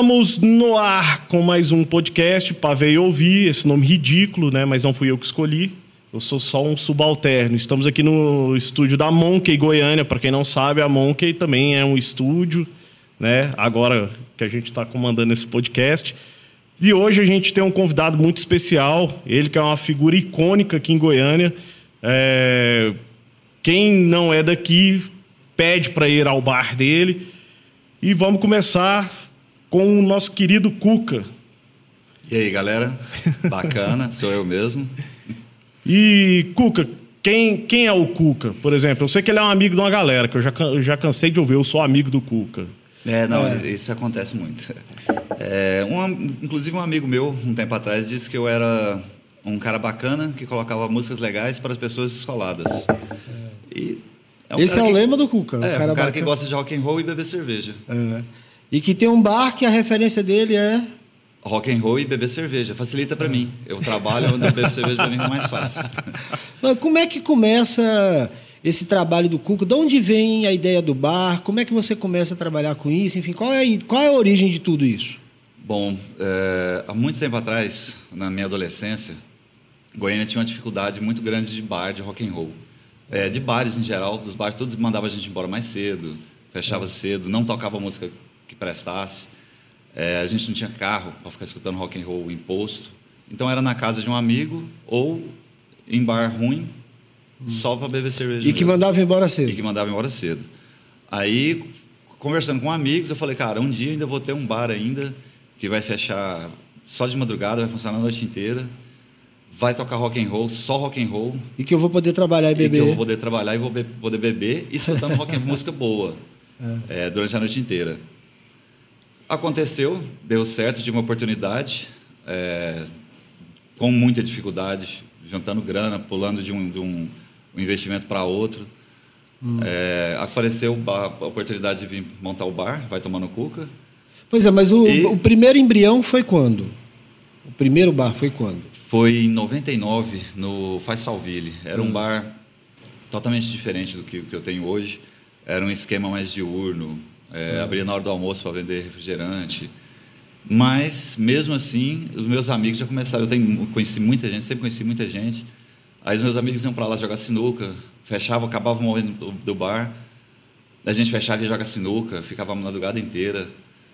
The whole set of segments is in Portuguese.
Estamos no ar com mais um podcast, Pavei Ouvir, esse nome ridículo, né? Mas não fui eu que escolhi, eu sou só um subalterno. Estamos aqui no estúdio da Monkey Goiânia, para quem não sabe, a Monkey também é um estúdio, né? Agora que a gente está comandando esse podcast. E hoje a gente tem um convidado muito especial, ele que é uma figura icônica aqui em Goiânia. Quem não é daqui pede para ir ao bar dele. E vamos começar com o nosso querido Cuca. E aí, galera? Bacana, sou eu mesmo. E, Cuca, quem é o Cuca, por exemplo? Eu sei que ele é um amigo de uma galera, que eu já cansei de ouvir, eu sou amigo do Cuca. Isso acontece muito. Inclusive, um amigo meu, um tempo atrás, disse que eu era um cara bacana, que colocava músicas legais para as pessoas descoladas. Esse é o lema do Cuca. Um cara que gosta de rock and roll e beber cerveja. E que tem um bar que a referência dele é... Rock and roll e beber cerveja. Facilita para mim. Eu trabalho onde eu bebo cerveja, para mim é mais fácil. Mas como é que começa esse trabalho do Cuca? De onde vem a ideia do bar? Como é que você começa a trabalhar com isso? Enfim, qual é a origem de tudo isso? Bom, há muito tempo atrás, na minha adolescência, Goiânia tinha uma dificuldade muito grande de bar, de rock and roll. De bares em geral, dos bares todos mandavam a gente embora mais cedo, fechava cedo, não tocava música que prestasse. A gente não tinha carro para ficar escutando rock and roll em posto. Então era na casa de um amigo ou em bar ruim, só para beber cerveja. E que mandava embora cedo. Aí, conversando com amigos, eu falei, cara, um dia ainda vou ter um bar ainda que vai fechar só de madrugada, vai funcionar a noite inteira. Vai tocar rock and roll, só rock and roll. E que eu vou poder trabalhar e beber. E que eu vou poder trabalhar e vou poder beber e escutando rock and roll, música boa durante a noite inteira. Aconteceu, deu certo, tive uma oportunidade, com muita dificuldade, juntando grana, pulando de um investimento para outro. Apareceu a oportunidade de vir montar o bar, Vai Tomar no Cuca. Pois é, mas o primeiro embrião foi quando? O primeiro bar foi quando? Foi em 99, no Faz Salville. Era um bar totalmente diferente do que eu tenho hoje. Era um esquema mais diurno. Abria na hora do almoço para vender refrigerante. Mas, mesmo assim, os meus amigos já começaram. Conheci muita gente, sempre conheci muita gente. Aí os meus amigos iam para lá jogar sinuca, acabavam morrendo do bar. A gente fechava e jogava sinuca, ficava a madrugada inteira.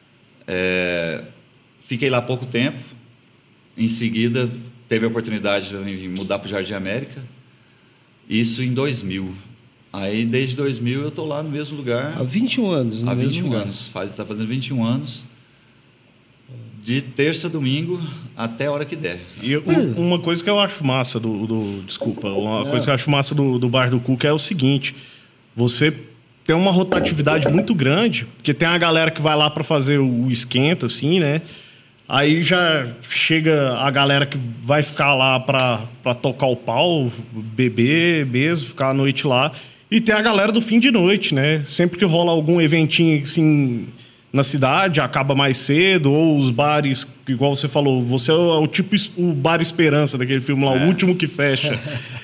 Fiquei lá pouco tempo. Em seguida, teve a oportunidade de mudar para o Jardim América. Isso em 2000. Aí, desde 2000, eu estou lá no mesmo lugar. Há 21 anos, Há 21 anos. Está fazendo 21 anos. De terça a domingo até a hora que der. E uma coisa que eu acho massa coisa que eu acho massa do bar do Cuca é o seguinte: você tem uma rotatividade muito grande, porque tem a galera que vai lá para fazer o esquenta, assim, né? Aí já chega a galera que vai ficar lá para tocar o pau, beber mesmo, ficar a noite lá. E tem a galera do fim de noite, né? Sempre que rola algum eventinho assim na cidade, acaba mais cedo, ou os bares, igual você falou, você é o tipo o Bar Esperança daquele filme lá, o último que fecha.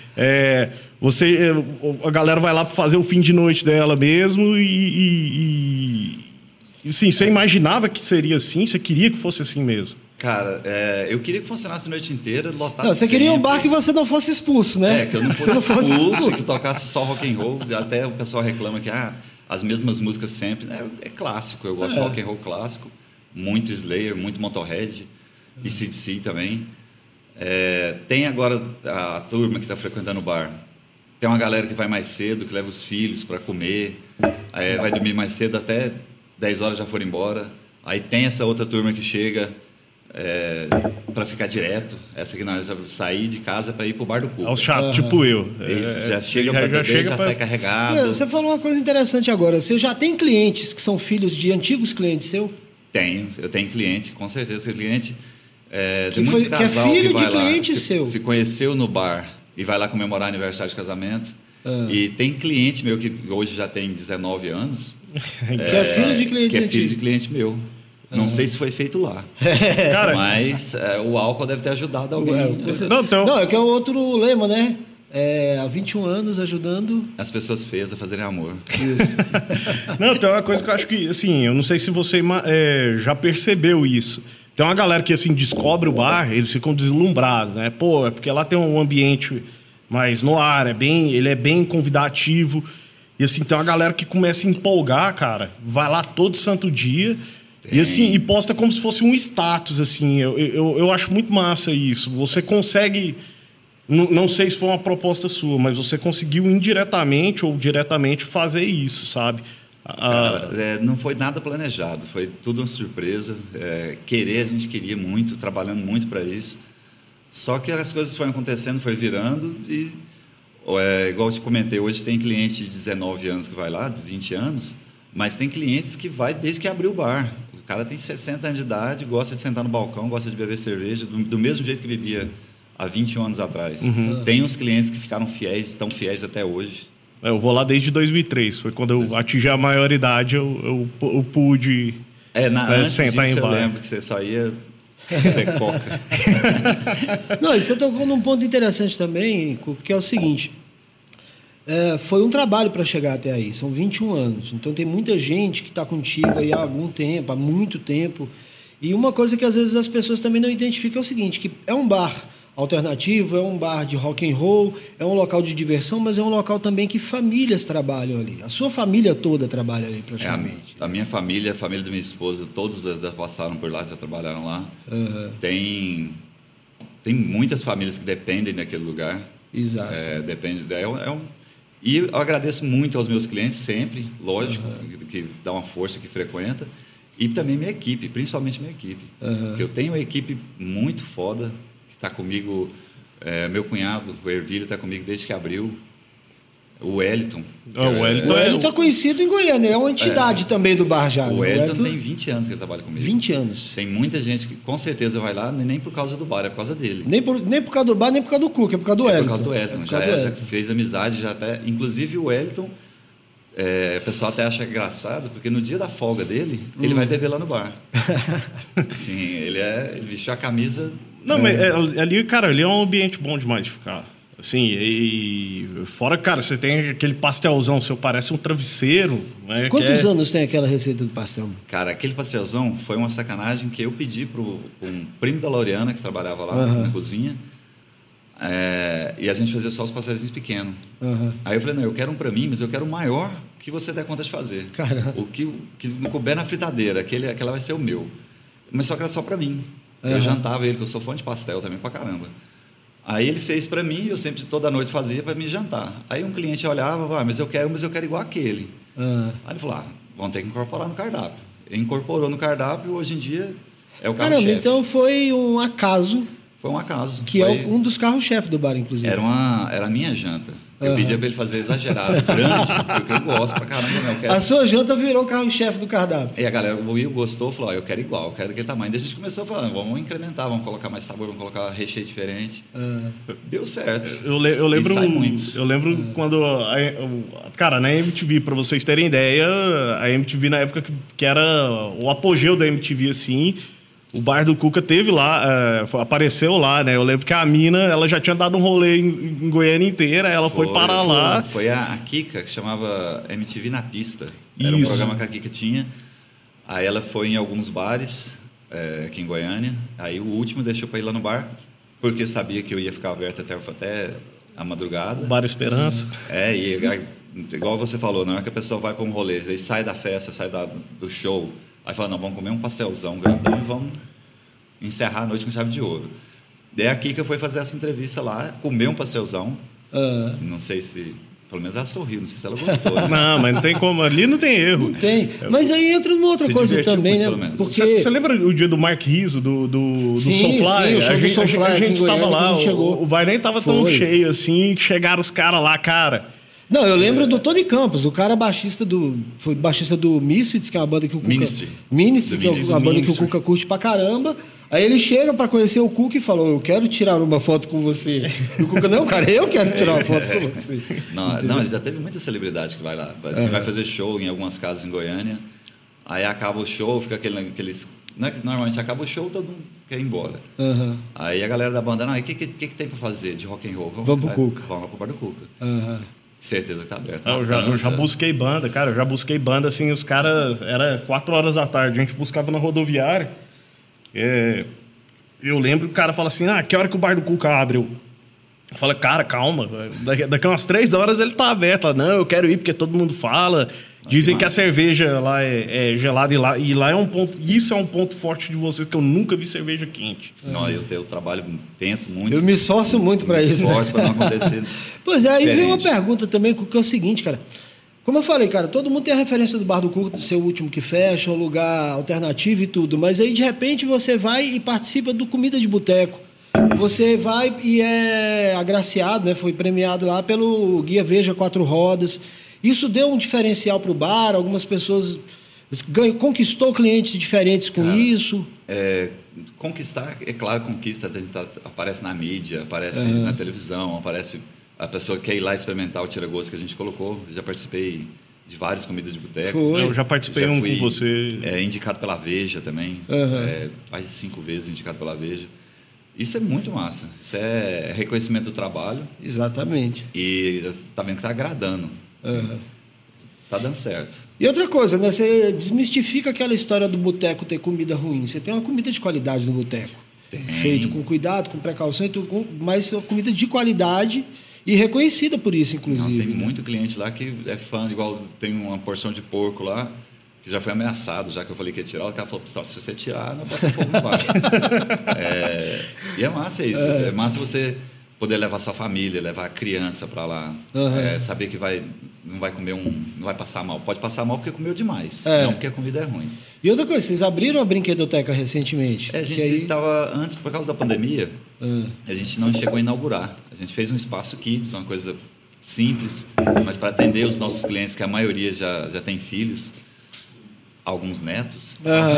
A galera vai lá para fazer o fim de noite dela mesmo e sim, você imaginava que seria assim? Você queria que fosse assim mesmo? Cara, eu queria que funcionasse a noite inteira, lotado. Não, você queria um bar que você não fosse expulso, né? Que eu não fosse expulso, que tocasse só rock and roll. Até o pessoal reclama que as mesmas músicas sempre. É clássico, eu gosto de rock and roll clássico. Muito Slayer, muito Motorhead, e AC/DC também. Tem agora a turma que está frequentando o bar. Tem uma galera que vai mais cedo, que leva os filhos para comer, vai dormir mais cedo, até 10 horas já foram embora. Aí tem essa outra turma que chega para ficar direto. Essa que nós vamos sair de casa para ir para o bar do Cuca. É o chato, tipo eu. Já chega para beber, já sai carregado. Você falou uma coisa interessante agora. Você já tem clientes que são filhos de antigos clientes seus? Eu tenho cliente, com certeza. Tem cliente que é filho de cliente seu. Se conheceu no bar e vai lá comemorar aniversário de casamento. E tem cliente meu que hoje já tem 19 anos. Que é filho de cliente. Que é filho de cliente meu. Não sei se foi feito lá. Cara, mas o álcool deve ter ajudado alguém. Não, é que é outro lema, né? há 21 anos ajudando... As pessoas feias a fazerem amor. Isso. Não, tem uma coisa que eu acho que, assim, eu não sei se você já percebeu isso. Tem uma galera que, assim, descobre o bar, eles ficam deslumbrados, né? Pô, é porque lá tem um ambiente mais no ar, ele é bem convidativo. E, assim, tem uma galera que começa a empolgar, cara. Vai lá todo santo dia... E assim, e posta como se fosse um status, assim. Eu acho muito massa isso. Você consegue... Não sei se foi uma proposta sua, mas você conseguiu indiretamente ou diretamente fazer isso, sabe? Cara, não foi nada planejado. Foi tudo uma surpresa. A gente queria muito, trabalhando muito para isso. Só que as coisas foram acontecendo, foi virando e... igual eu te comentei, hoje tem cliente de 19 anos que vai lá, de 20 anos... Mas tem clientes que vai desde que abriu o bar. O cara tem 60 anos de idade, gosta de sentar no balcão, gosta de beber cerveja, do mesmo jeito que bebia há 21 anos atrás. Tem uns clientes que ficaram fiéis, estão fiéis até hoje. Eu vou lá desde 2003. Foi quando eu atingi a maioridade, eu pude sentar em bar. Eu lembro que você só ia beber coca. Não, e você tocou num ponto interessante também, que é o seguinte... foi um trabalho para chegar até aí, são 21 anos. Então tem muita gente que está contigo aí há algum tempo, há muito tempo. E uma coisa que às vezes as pessoas também não identificam é o seguinte, que é um bar alternativo, é um bar de rock and roll, é um local de diversão, mas é um local também que famílias trabalham ali. A sua família toda trabalha ali praticamente. A minha família, a família da minha esposa, todos já passaram por lá, já trabalharam lá. Tem muitas famílias que dependem daquele lugar. Exato. E eu agradeço muito aos meus clientes sempre, lógico, que dá uma força, que frequenta. E também minha equipe, principalmente minha equipe. Porque eu tenho uma equipe muito foda, que está comigo, meu cunhado, o Ervilho, está comigo desde que abriu. O Wellington. O Wellington é conhecido em Goiânia, é uma entidade também do bar já. O Wellington tem 20 anos que ele trabalha comigo. 20 anos. Tem muita gente que com certeza vai lá, nem por causa do bar, é por causa dele. Nem por causa do bar, nem por causa do Cuca, é por causa do Wellington. É por causa do Wellington. Já fez amizade, já até. Inclusive o Wellington, o pessoal até acha engraçado, porque no dia da folga dele, ele vai beber lá no bar. Sim, ele vestiu a camisa. Não, mas ali, cara, ali é um ambiente bom demais de ficar. Assim, e fora, cara, você tem aquele pastelzão, seu parece um travesseiro. Né, Quantos anos tem aquela receita do pastel? Cara, aquele pastelzão foi uma sacanagem que eu pedi para um primo da Laureana, que trabalhava lá na cozinha, e a gente fazia só os pastéis pequenos. Aí eu falei, não, eu quero um para mim, mas eu quero um maior que você der conta de fazer. Caramba. O que não couber na fritadeira, aquela vai ser o meu. Mas só que era só para mim. Eu jantava ele, que eu sou fã de pastel também pra caramba. Aí ele fez para mim, eu sempre toda noite fazia para me jantar. Aí um cliente olhava, mas eu quero igual aquele. Aí ele falou, vamos ter que incorporar no cardápio. Ele incorporou no cardápio, hoje em dia é o carro-chefe. Caramba, então foi um acaso. Foi um acaso. Que é um dos carros-chefe do bar, inclusive. Era a minha janta. Eu pedia para ele fazer exagerado, grande, porque eu gosto pra caramba. A sua janta virou carro-chefe do cardápio. E a galera gostou, falou, eu quero igual, eu quero daquele tamanho. Daí a gente começou a falar, vamos incrementar, vamos colocar mais sabor, vamos colocar recheio diferente. Deu certo. Eu lembro quando... Cara, na MTV, para vocês terem ideia, a MTV na época que era o apogeu da MTV, assim... O bar do Cuca teve lá, apareceu lá, né? Eu lembro que a mina, ela já tinha dado um rolê em Goiânia inteira, ela foi parar lá. Foi a Kika, que chamava MTV na Pista. Era um programa que a Kika tinha. Aí ela foi em alguns bares aqui em Goiânia. Aí o último deixou para ir lá no bar, porque sabia que eu ia ficar aberto até a madrugada. Bar Esperança. Igual você falou, na hora que a pessoa vai para um rolê, aí sai da festa, sai do show... Aí fala, não, vamos comer um pastelzão grandão e vamos encerrar a noite com chave de ouro. Daí a Kika foi fazer essa entrevista lá, comer um pastelzão. Assim, não sei se... Pelo menos ela sorriu, não sei se ela gostou. Né? Não, mas não tem como. Ali não tem erro. Não tem. Mas aí entra numa outra coisa também, muito, né? Porque... Você lembra o dia do Mark Rizzo, do sim, Soulfly? Sim, o show do Soulfly. A gente estava lá, o bar nem estava tão cheio assim, que chegaram os caras lá, cara... Não, eu lembro do Tony Campos, o cara foi baixista do Misfits, que é uma banda que o Cuca... Ministry, que é uma banda que o Cuca curte pra caramba. Aí ele chega pra conhecer o Cuca e falou, eu quero tirar uma foto com você. E o Cuca, não, cara, eu quero tirar uma foto com você. Não, ele já teve muita celebridade que vai lá. Assim, vai fazer show em algumas casas em Goiânia. Aí acaba o show, fica aqueles Não é que normalmente acaba o show, todo mundo quer ir embora. Uhum. Aí a galera da banda, não, e o que tem pra fazer de rock and roll? Vamos pro Cuca. Vamos lá pro Bar do Cuca. Uhum. Certeza que tá aberto. Eu já busquei banda, cara. Eu já busquei banda, assim, os caras... Era 4 horas da tarde. A gente buscava na rodoviária. Eu lembro que o cara fala assim, que hora que o Bar do Cuca abre? Eu falo, cara, calma. Daqui a umas 3 horas ele tá aberto. Não, eu quero ir porque todo mundo fala. Dizem que a cerveja lá é gelada e lá é um ponto... Isso é um ponto forte de vocês, que eu nunca vi cerveja quente. Não, eu trabalho, tento muito. Eu me esforço muito para isso. Me esforço para não acontecer. Pois é, aí vem uma pergunta também, que é o seguinte, cara. Como eu falei, cara, todo mundo tem a referência do Bar do Cuca, do seu último que fecha, um lugar alternativo e tudo. Mas aí, de repente, você vai e participa do Comida de Boteco. Você vai e é agraciado, né? Foi premiado lá pelo Guia Veja 4 Rodas. Isso deu um diferencial para o bar, algumas pessoas conquistou clientes diferentes com isso. Conquistar, é claro, conquista, aparece na mídia, aparece na televisão, aparece a pessoa que quer ir lá experimentar o tira-gosto que a gente colocou. Eu já participei de várias comidas de boteco. Eu já participei com você. Indicado pela Veja também, mais de 5 vezes indicado pela Veja. Isso é muito massa, isso é reconhecimento do trabalho. Exatamente. E tá vendo que tá agradando. Tá dando certo. E outra coisa, né? Você desmistifica aquela história do boteco ter comida ruim. Você tem uma comida de qualidade no boteco. Feito com cuidado, com precaução e tudo, mas uma comida de qualidade e reconhecida por isso, inclusive. Não, tem muito cliente lá que é fã, igual tem uma porção de porco lá, que já foi ameaçado, já que eu falei que ia tirar. O cara falou, se você tirar, não bota fogo no bar. E é massa isso. É massa você poder levar sua família, levar a criança para lá, saber que não vai comer não vai passar mal. Pode passar mal porque comeu demais, não porque a comida é ruim. E outra coisa, vocês abriram a brinquedoteca recentemente? A gente estava antes, por causa da pandemia, a gente não chegou a inaugurar. A gente fez um espaço kids, uma coisa simples, mas para atender os nossos clientes, que a maioria já tem filhos, alguns netos.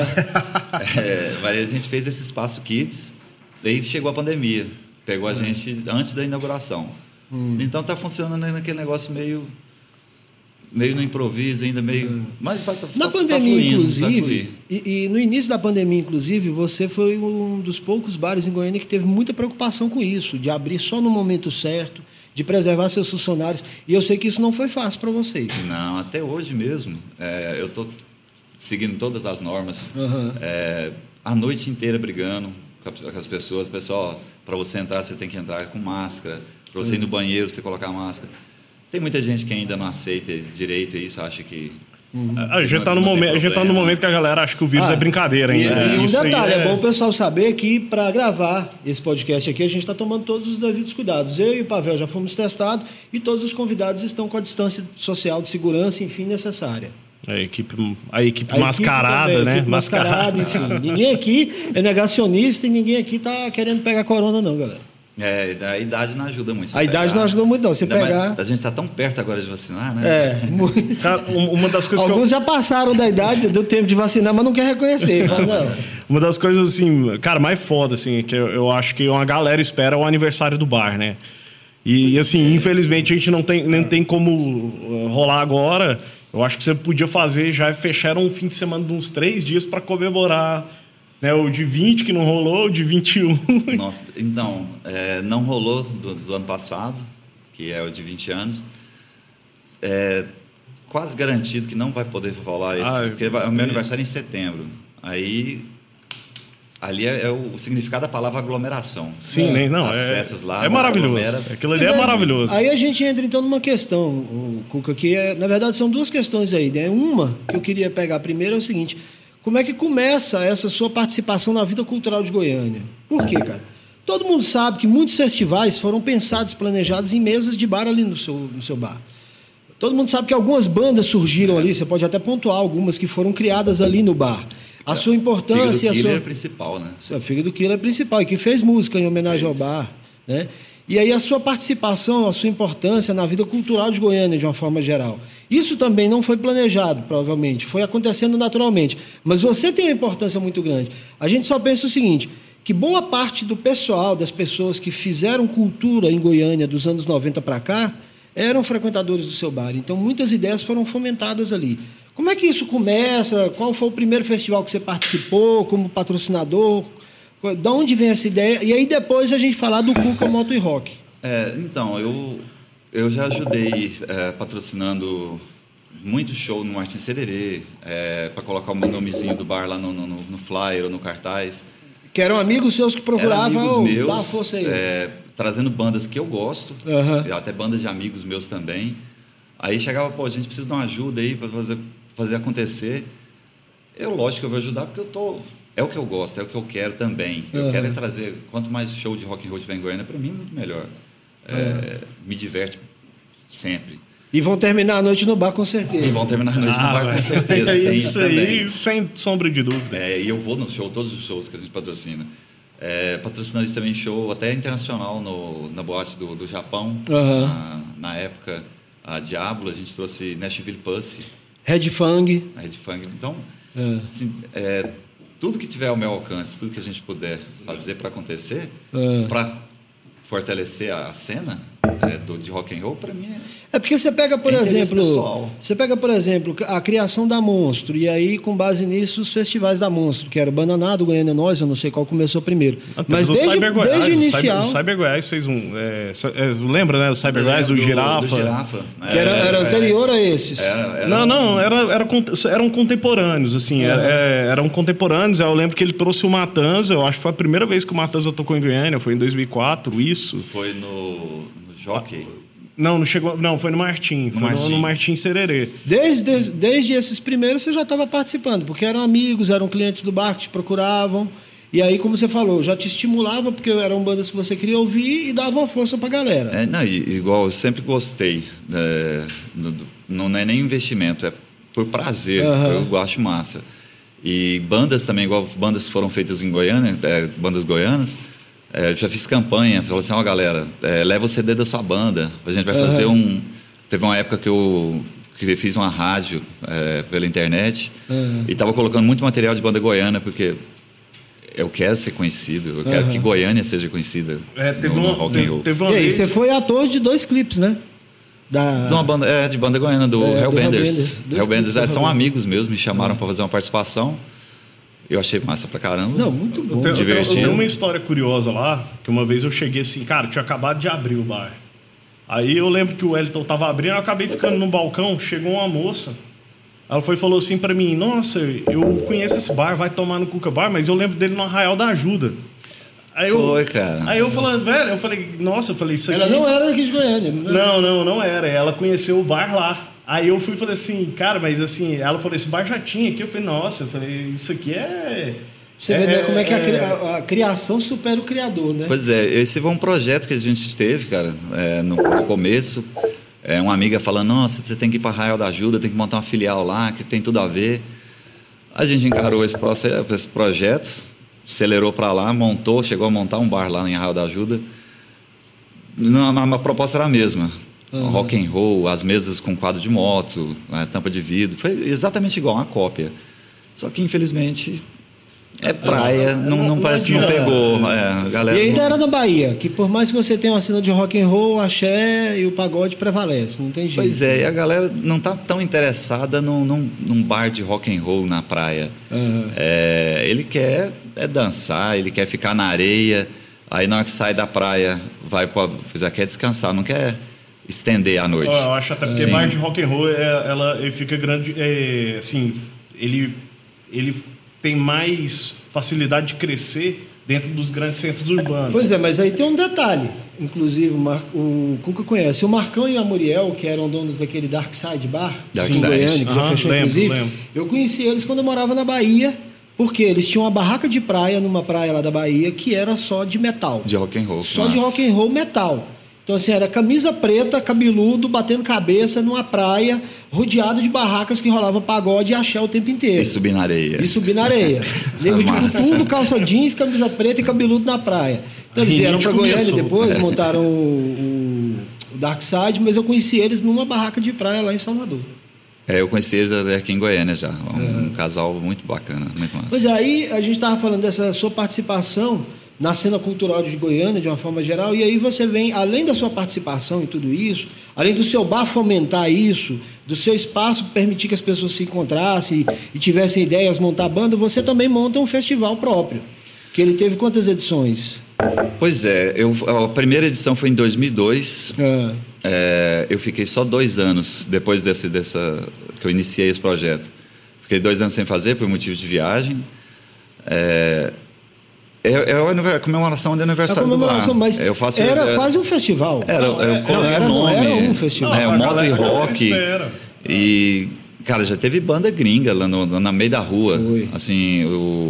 Mas a gente fez esse espaço kids, daí chegou a pandemia. Pegou a gente antes da inauguração. Então está funcionando naquele negócio meio no improviso, ainda meio... Mas na pandemia, inclusive, e no início da pandemia, inclusive, você foi um dos poucos bares em Goiânia que teve muita preocupação com isso, de abrir só no momento certo, de preservar seus funcionários. E eu sei que isso não foi fácil para vocês. Não, até hoje mesmo. Eu estou seguindo todas as normas. A noite inteira brigando com as pessoas. Pessoal, para você entrar, você tem que entrar com máscara. Para você ir no banheiro, você colocar máscara. Tem muita gente que ainda não aceita direito isso, acha que... A gente está no momento que a galera acha que o vírus é brincadeira ainda. E um detalhe, é bom o pessoal saber que para gravar esse podcast aqui, a gente está tomando todos os devidos cuidados. Eu e o Pavel já fomos testados e todos os convidados estão com a distância social de segurança, enfim, necessária. A equipe mascarada, também, né? A equipe mascarada, enfim. Ninguém aqui é negacionista e ninguém aqui está querendo pegar corona, não, galera. A idade não ajuda muito. A idade não ajuda muito, não. Você pegar... A gente está tão perto agora de vacinar, né? Muito. Cara, uma das coisas Alguns já passaram da idade, do tempo de vacinar, mas não quer reconhecer. Fala, não. Uma das coisas, assim, cara, mais foda, assim, que eu acho que uma galera espera é o aniversário do bar, né? E assim, infelizmente, a gente não tem como rolar agora. Eu acho que você podia fazer, já fecharam um fim de semana de uns 3 dias para comemorar... O de 20 que não rolou, o de 21. Nossa, então, não rolou do ano passado, que é o de 20 anos. Quase garantido que não vai poder rolar esse, porque o meu aniversário é em setembro. Aí, ali é o significado da palavra aglomeração. Sim, não, as festas lá. É maravilhoso. Aquilo ali é maravilhoso. Aí a gente entra então numa questão, Cuca, que na verdade são 2 questões aí, né? Uma que eu queria pegar primeiro é o seguinte: como é que começa essa sua participação na vida cultural de Goiânia? Por quê, cara? Todo mundo sabe que muitos festivais foram pensados, planejados em mesas de bar ali no seu bar. Todo mundo sabe que algumas bandas surgiram ali, você pode até pontuar algumas que foram criadas ali no bar. A sua importância... A Figa do Killer é principal, né? A Figa do Killer é principal, e que fez música em homenagem ao bar, né? E aí a sua participação, a sua importância na vida cultural de Goiânia, de uma forma geral. Isso também não foi planejado, provavelmente. Foi acontecendo naturalmente. Mas você tem uma importância muito grande. A gente só pensa o seguinte, que boa parte do pessoal, das pessoas que fizeram cultura em Goiânia dos anos 90 para cá, eram frequentadores do seu bar. Então, muitas ideias foram fomentadas ali. Como é que isso começa? Qual foi o primeiro festival que você participou como patrocinador? De onde vem essa ideia? E aí depois a gente falar do Cuca Moto e Rock. Então, eu já ajudei patrocinando muito show no Martin Sererê, para colocar o meu nomezinho do bar lá no flyer ou no cartaz. Que eram amigos seus que procuravam meus, dar força aí. Trazendo bandas que eu gosto, até bandas de amigos meus também. Aí chegava, a gente precisa de uma ajuda aí para fazer acontecer. Lógico que eu vou ajudar, porque é o que eu gosto, é o que eu quero também. Eu quero trazer, quanto mais show de rock and roll tiver em Goiânia, para mim, muito melhor. Me diverte sempre. E vão terminar a noite no bar, com certeza. E vão terminar a noite no bar, com certeza. Tem isso aí, sem sombra de dúvida. E eu vou no show, todos os shows que a gente patrocina. Patrocinando também show até internacional na boate do Japão. Na época, a Diablo, a gente trouxe Nashville Pussy. Red Fang. Então, assim, tudo que tiver ao meu alcance, tudo que a gente puder fazer para acontecer, para fortalecer a cena de rock and roll, para mim porque você pega, por exemplo, a criação da Monstro, e aí, com base nisso, os festivais da Monstro, que era o Bananado, Goiânia Nós, eu não sei qual começou primeiro. Mas desde o inicial... O Cyber Goiás fez lembra, né? O Cyber Goiás do Girafa. Do Girafa. Que era anterior a esses. Eram contemporâneos, assim. Eram contemporâneos. Eu lembro que ele trouxe o Matanza, eu acho que foi a primeira vez que o Matanza tocou em Goiânia, foi em 2004, isso. Foi no Jockey. Não chegou. Não, foi no Martim. No Martim Sererê. Desde esses primeiros você já estava participando, porque eram amigos, eram clientes do bar que te procuravam. E aí, como você falou, já te estimulava, porque eram bandas que você queria ouvir e dava uma força pra galera. Igual eu sempre gostei. Não é nem investimento, é por prazer. Eu acho massa. E bandas também, igual bandas que foram feitas em Goiânia, bandas goianas. Já fiz campanha, falou assim, galera, leva o CD da sua banda, a gente vai fazer Teve uma época que eu fiz uma rádio pela internet e estava colocando muito material de banda goiana, porque eu quero ser conhecido, eu quero que Goiânia seja conhecida no rock and roll. E aí, você foi ator de 2 clipes, né? De uma banda, de banda goiana, do Hellbenders. Hellbenders são amigos meus, me chamaram para fazer uma participação. Eu achei massa pra caramba. Não, muito bom. Eu tenho uma história curiosa lá, que uma vez eu cheguei assim, cara, tinha acabado de abrir o bar. Aí eu lembro que o Wellington tava abrindo, eu acabei ficando no balcão, chegou uma moça, ela falou assim pra mim, nossa, eu conheço esse bar, vai tomar no Cuca Bar, mas eu lembro dele no Arraial da Ajuda. Cara. Aí eu falei, isso aqui... Ela não era daqui de Goiânia. Não era, ela conheceu o bar lá. Aí eu fui e falei assim, cara, mas assim, ela falou, esse bar já tinha aqui. Eu falei, nossa, isso aqui Você vê, né, como é que a criação supera o criador, né? Pois esse foi um projeto que a gente teve, cara, no começo. Uma amiga falando, nossa, você tem que ir para Arraial da Ajuda, tem que montar uma filial lá, que tem tudo a ver. A gente encarou esse projeto, acelerou para lá, chegou a montar um bar lá em Arraial da Ajuda. A proposta era a mesma. Rock and roll, as mesas com quadro de moto, tampa de vidro, foi exatamente igual, uma cópia. Só que infelizmente praia, não parece que não pegou. Galera e ainda era na Bahia, que por mais que você tenha uma cena de rock and roll, axé e o pagode prevalece, não tem jeito. Pois e a galera não tá tão interessada num bar de rock and roll na praia. Ele quer dançar, ele quer ficar na areia, aí na hora que sai da praia já quer descansar, não quer estender a noite. Eu acho até porque bar de rock and roll ele fica grande, assim, ele tem mais facilidade de crescer dentro dos grandes centros urbanos. Pois mas aí tem um detalhe, inclusive o Cuca conhece o Marcão e a Muriel, que eram donos daquele Dark Side Bar em Goiânia, que já fechou inclusive. Lembro. Eu conheci eles quando eu morava na Bahia, porque eles tinham uma barraca de praia numa praia lá da Bahia que era só de metal. De rock and roll. Só de rock and roll metal. Então, assim, era camisa preta, cabeludo, batendo cabeça numa praia, rodeado de barracas que rolava pagode e axé o tempo inteiro. E subir na areia. Nego de tudo, calça jeans, camisa preta e cabeludo na praia. Então, eles vieram para Goiânia depois, montaram o Dark Side, mas eu conheci eles numa barraca de praia lá em Salvador. Eu conheci eles aqui em Goiânia já. Um casal muito bacana, muito massa. Pois aí a gente estava falando dessa sua participação na cena cultural de Goiânia, de uma forma geral, e aí você vem, além da sua participação em tudo isso, além do seu bar fomentar isso, do seu espaço permitir que as pessoas se encontrassem e tivessem ideias, montar banda, você também monta um festival próprio. Que ele teve quantas edições? Pois é, a primeira edição foi em 2002. Eu fiquei só 2 anos depois dessa que eu iniciei esse projeto. Fiquei 2 anos sem fazer por motivo de viagem. A comemoração de aniversário do bar. Mas era quase um festival. Era um festival. O Moto e Rock. E, cara, já teve banda gringa lá na meio da rua. Foi. Assim,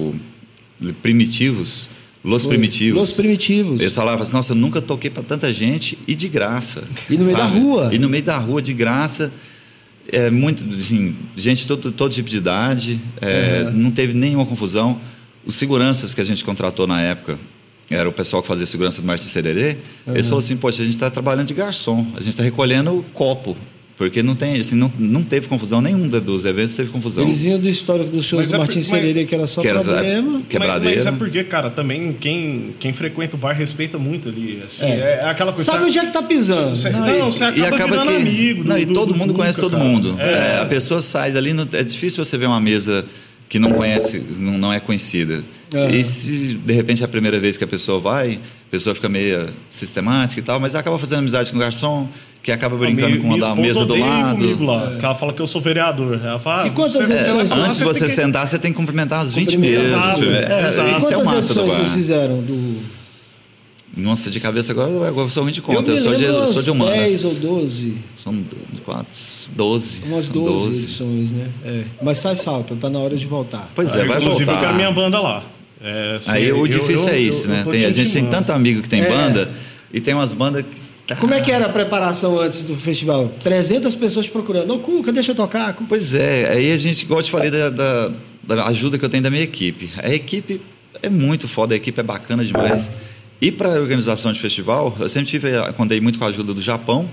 Primitivos. Los Primitivos. Eles falavam assim, nossa, eu nunca toquei para tanta gente e de graça. E no meio da rua. E no meio da rua, de graça. Muito, assim, gente de todo tipo de idade. Não teve nenhuma confusão. Os seguranças que a gente contratou na época, era o pessoal que fazia segurança do Martin Sererê, eles falaram assim, poxa, a gente está trabalhando de garçom, a gente está recolhendo copo. Porque não tem, assim, não teve confusão, nenhum dos eventos teve confusão. Eles vinham do histórico dos shows do Martin Sererê, que era só problema. Quebradeira. Mas é porque, cara, também quem frequenta o bar respeita muito ali. Assim, é aquela coisa. Sabe onde é que tá pisando? Você acaba virando amigo. E todo mundo conhece todo mundo. A pessoa sai dali, é difícil você ver uma mesa que não conhece, não é conhecida. E se de repente é a primeira vez que a pessoa vai, a pessoa fica meio sistemática e tal, mas acaba fazendo amizade com o garçom, que acaba brincando com a mesa do lado. Lá. Ela fala que eu sou vereador. Ela fala, e quantas edições? Antes de você sentar, você tem que cumprimentar umas 20 mesas. E quantas edições vocês fizeram do... Nossa, de cabeça agora eu sou ruim de conta. Eu sou de humanas. 10 ou 12. São 12. Umas 12 edições, né? Mas faz falta, tá na hora de voltar. Pois vai voltar. Inclusive, eu quero minha banda lá. Aí o difícil é isso, né? A gente tem tanto amigo que tem banda e tem umas bandas que... Como é que era a preparação antes do festival? 300 pessoas te procurando. Ô, Cuca, deixa eu tocar. Pois aí a gente, igual eu te falei da ajuda que eu tenho da minha equipe. A equipe é muito foda, a equipe é bacana demais. E para a organização de festival, eu sempre contei muito com a ajuda do Japão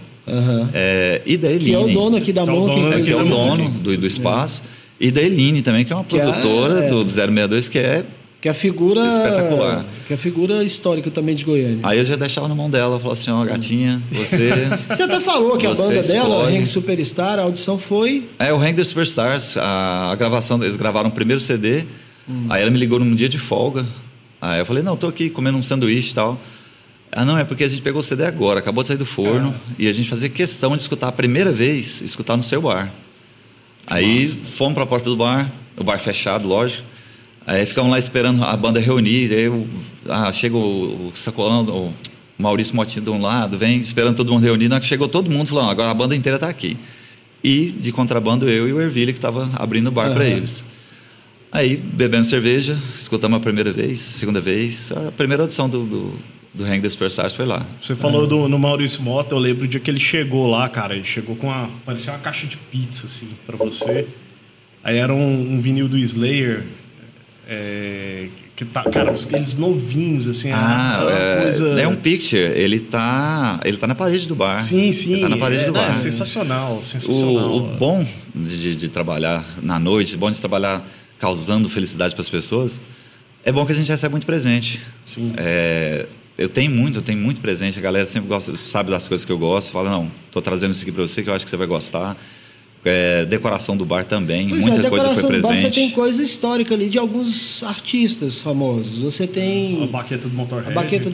e da Eline. Que é o dono aqui da Monkey. Que é o dono do espaço. E da Eline também, que é uma produtora do 062, que é a figura espetacular. Que é a figura histórica também de Goiânia. Aí eu já deixava na mão dela, falava assim, ó, gatinha, você até falou que a banda dela, Hang Superstar, a audição foi... o Hang the Superstars, a gravação, eles gravaram o primeiro CD, aí ela me ligou num dia de folga. Aí eu falei, não, tô aqui comendo um sanduíche e tal. Não, é porque a gente pegou o CD agora, acabou de sair do forno, e a gente fazia questão de escutar a primeira vez, escutar no seu bar. Aí fomos para a porta do bar, o bar fechado, lógico. Aí ficamos lá esperando a banda reunir, aí chega o sacolão, o Maurício Motinho de um lado, vem esperando todo mundo reunir. Na hora que chegou todo mundo, falou, agora a banda inteira está aqui. E de contrabando eu e o Erville, que estava abrindo o bar para eles. Aí, bebendo cerveja, escutamos a primeira vez, segunda vez. A primeira audição do Hang the Superstars foi lá. Você falou no Maurício Mota, eu lembro do dia que ele chegou lá, cara. Ele chegou com parecia uma caixa de pizza, assim, pra você. Aí era um vinil do Slayer, que tá, cara, eles novinhos, assim. Coisa... É um picture, ele tá na parede do bar. Sim. Ele tá na parede do bar. É sensacional. O bom de trabalhar na noite, o bom de trabalhar causando felicidade para as pessoas, é bom que a gente recebe muito presente. Sim. Eu tenho muito presente, a galera sempre sabe das coisas que eu gosto, fala, não, estou trazendo isso aqui para você que eu acho que você vai gostar. Decoração do bar também, muita coisa foi presente. Você tem coisa histórica ali de alguns artistas famosos. Você tem... A baqueta do Motorhead.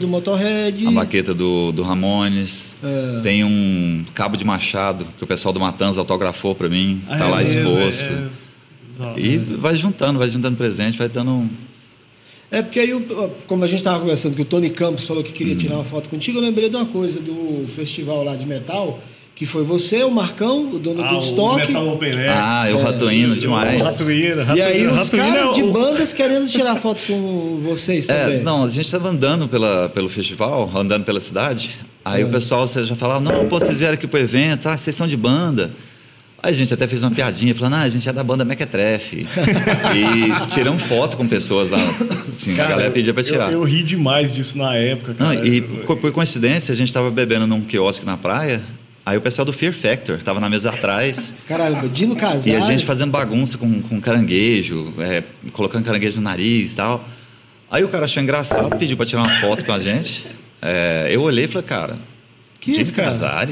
A baqueta do Ramones. Tem um cabo de machado que o pessoal do Matanza autografou para mim, tá lá exposto. E vai juntando presente, vai dando porque aí, como a gente estava conversando, que o Tony Campos falou que queria tirar uma foto contigo, eu lembrei de uma coisa do festival lá de metal, que foi você, o Marcão, o dono do Stock. O Metal Open Air. O Ratoíno, demais. Ratoíno, e aí os caras de bandas querendo tirar foto com vocês também. Não, a gente estava andando pelo festival, andando pela cidade, aí o pessoal já falava, não, pô, vocês vieram aqui pro evento, vocês são de banda. Aí a gente até fez uma piadinha, falando, a gente é da banda Mequetrefe. E tiramos foto com pessoas lá. Assim, cara, a galera pedia pra tirar. Eu ri demais disso na época, cara. Não, e por coincidência, a gente tava bebendo num quiosque na praia, aí o pessoal do Fear Factor tava na mesa atrás. Caramba, Dino Casares. E a gente fazendo bagunça com caranguejo, colocando caranguejo no nariz e tal. Aí o cara achou engraçado, pediu pra tirar uma foto com a gente. Eu olhei e falei, cara, Dino Casares?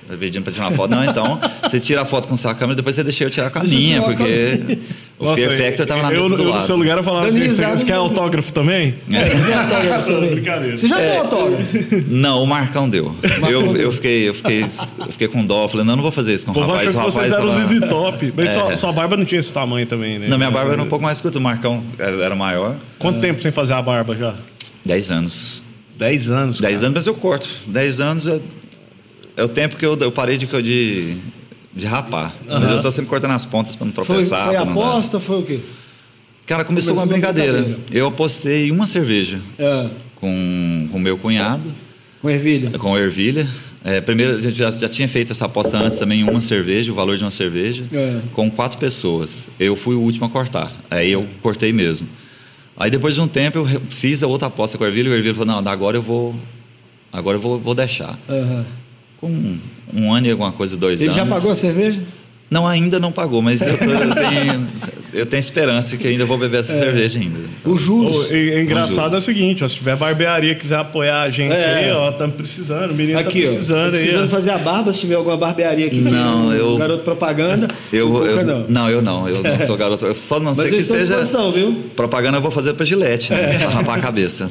pedindo para tirar uma foto. Não, então, você tira a foto com sua câmera, depois você deixa eu tirar com a minha, porque o Fear Factor estava na mesa do lado. No seu lugar eu falava assim, você quer autógrafo também? Brincadeira. Você já tem autógrafo? Não, o Marcão deu. Eu fiquei com dó, falei, não vou fazer isso com o rapaz. Achou que vocês eram os ZZ Top. Mas sua barba não tinha esse tamanho também, né? Não, minha barba era um pouco mais curta, o Marcão era maior. Quanto tempo sem fazer a barba já? 10 anos. 10 anos, 10 anos, mas eu corto. 10 anos é o tempo que eu parei de rapar. Mas eu tô sempre cortando as pontas para não tropeçar. Foi aposta, foi o quê? Cara, começou uma brincadeira. Eu apostei uma cerveja com o meu cunhado. Com ervilha? Com ervilha. Primeiro, a gente já tinha feito essa aposta antes também, uma cerveja, o valor de uma cerveja, com 4 pessoas. Eu fui o último a cortar. Aí eu cortei mesmo. Aí depois de um tempo eu fiz a outra aposta com a ervilha, e o ervilha falou, não, agora eu vou deixar. Com 1 ano e alguma coisa, 2 anos. Ele já pagou a cerveja? Não, ainda não pagou, mas eu tenho esperança que ainda vou beber essa cerveja ainda. O juros. Engraçado é o seguinte, se tiver barbearia quiser apoiar a gente aí, ó, estamos precisando, o menino aqui, tá precisando aí. Precisando fazer a barba, se tiver alguma barbearia aqui. Não, eu... Garoto propaganda. Eu não sou garoto. Eu só não sei que seja... Viu? Propaganda eu vou fazer pra Gillette, né? Pra rapar a cabeça.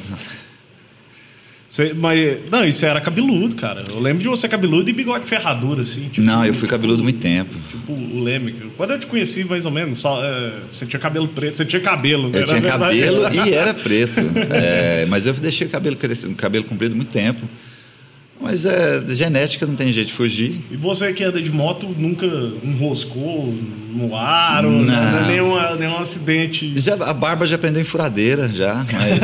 Não, isso era cabeludo, cara. Eu lembro de você cabeludo e bigode ferradura, assim. Tipo, não, eu fui cabeludo muito tempo. Tipo o Leme. Quando eu te conheci, mais ou menos, você tinha cabelo preto, você tinha cabelo, né? Eu tinha cabelo e era preto. Mas eu deixei o cabelo crescer, o cabelo comprido muito tempo. Mas genética, não tem jeito de fugir. E você que anda de moto nunca enroscou no aro, nenhum acidente? A barba já prendeu em furadeira, já. Mas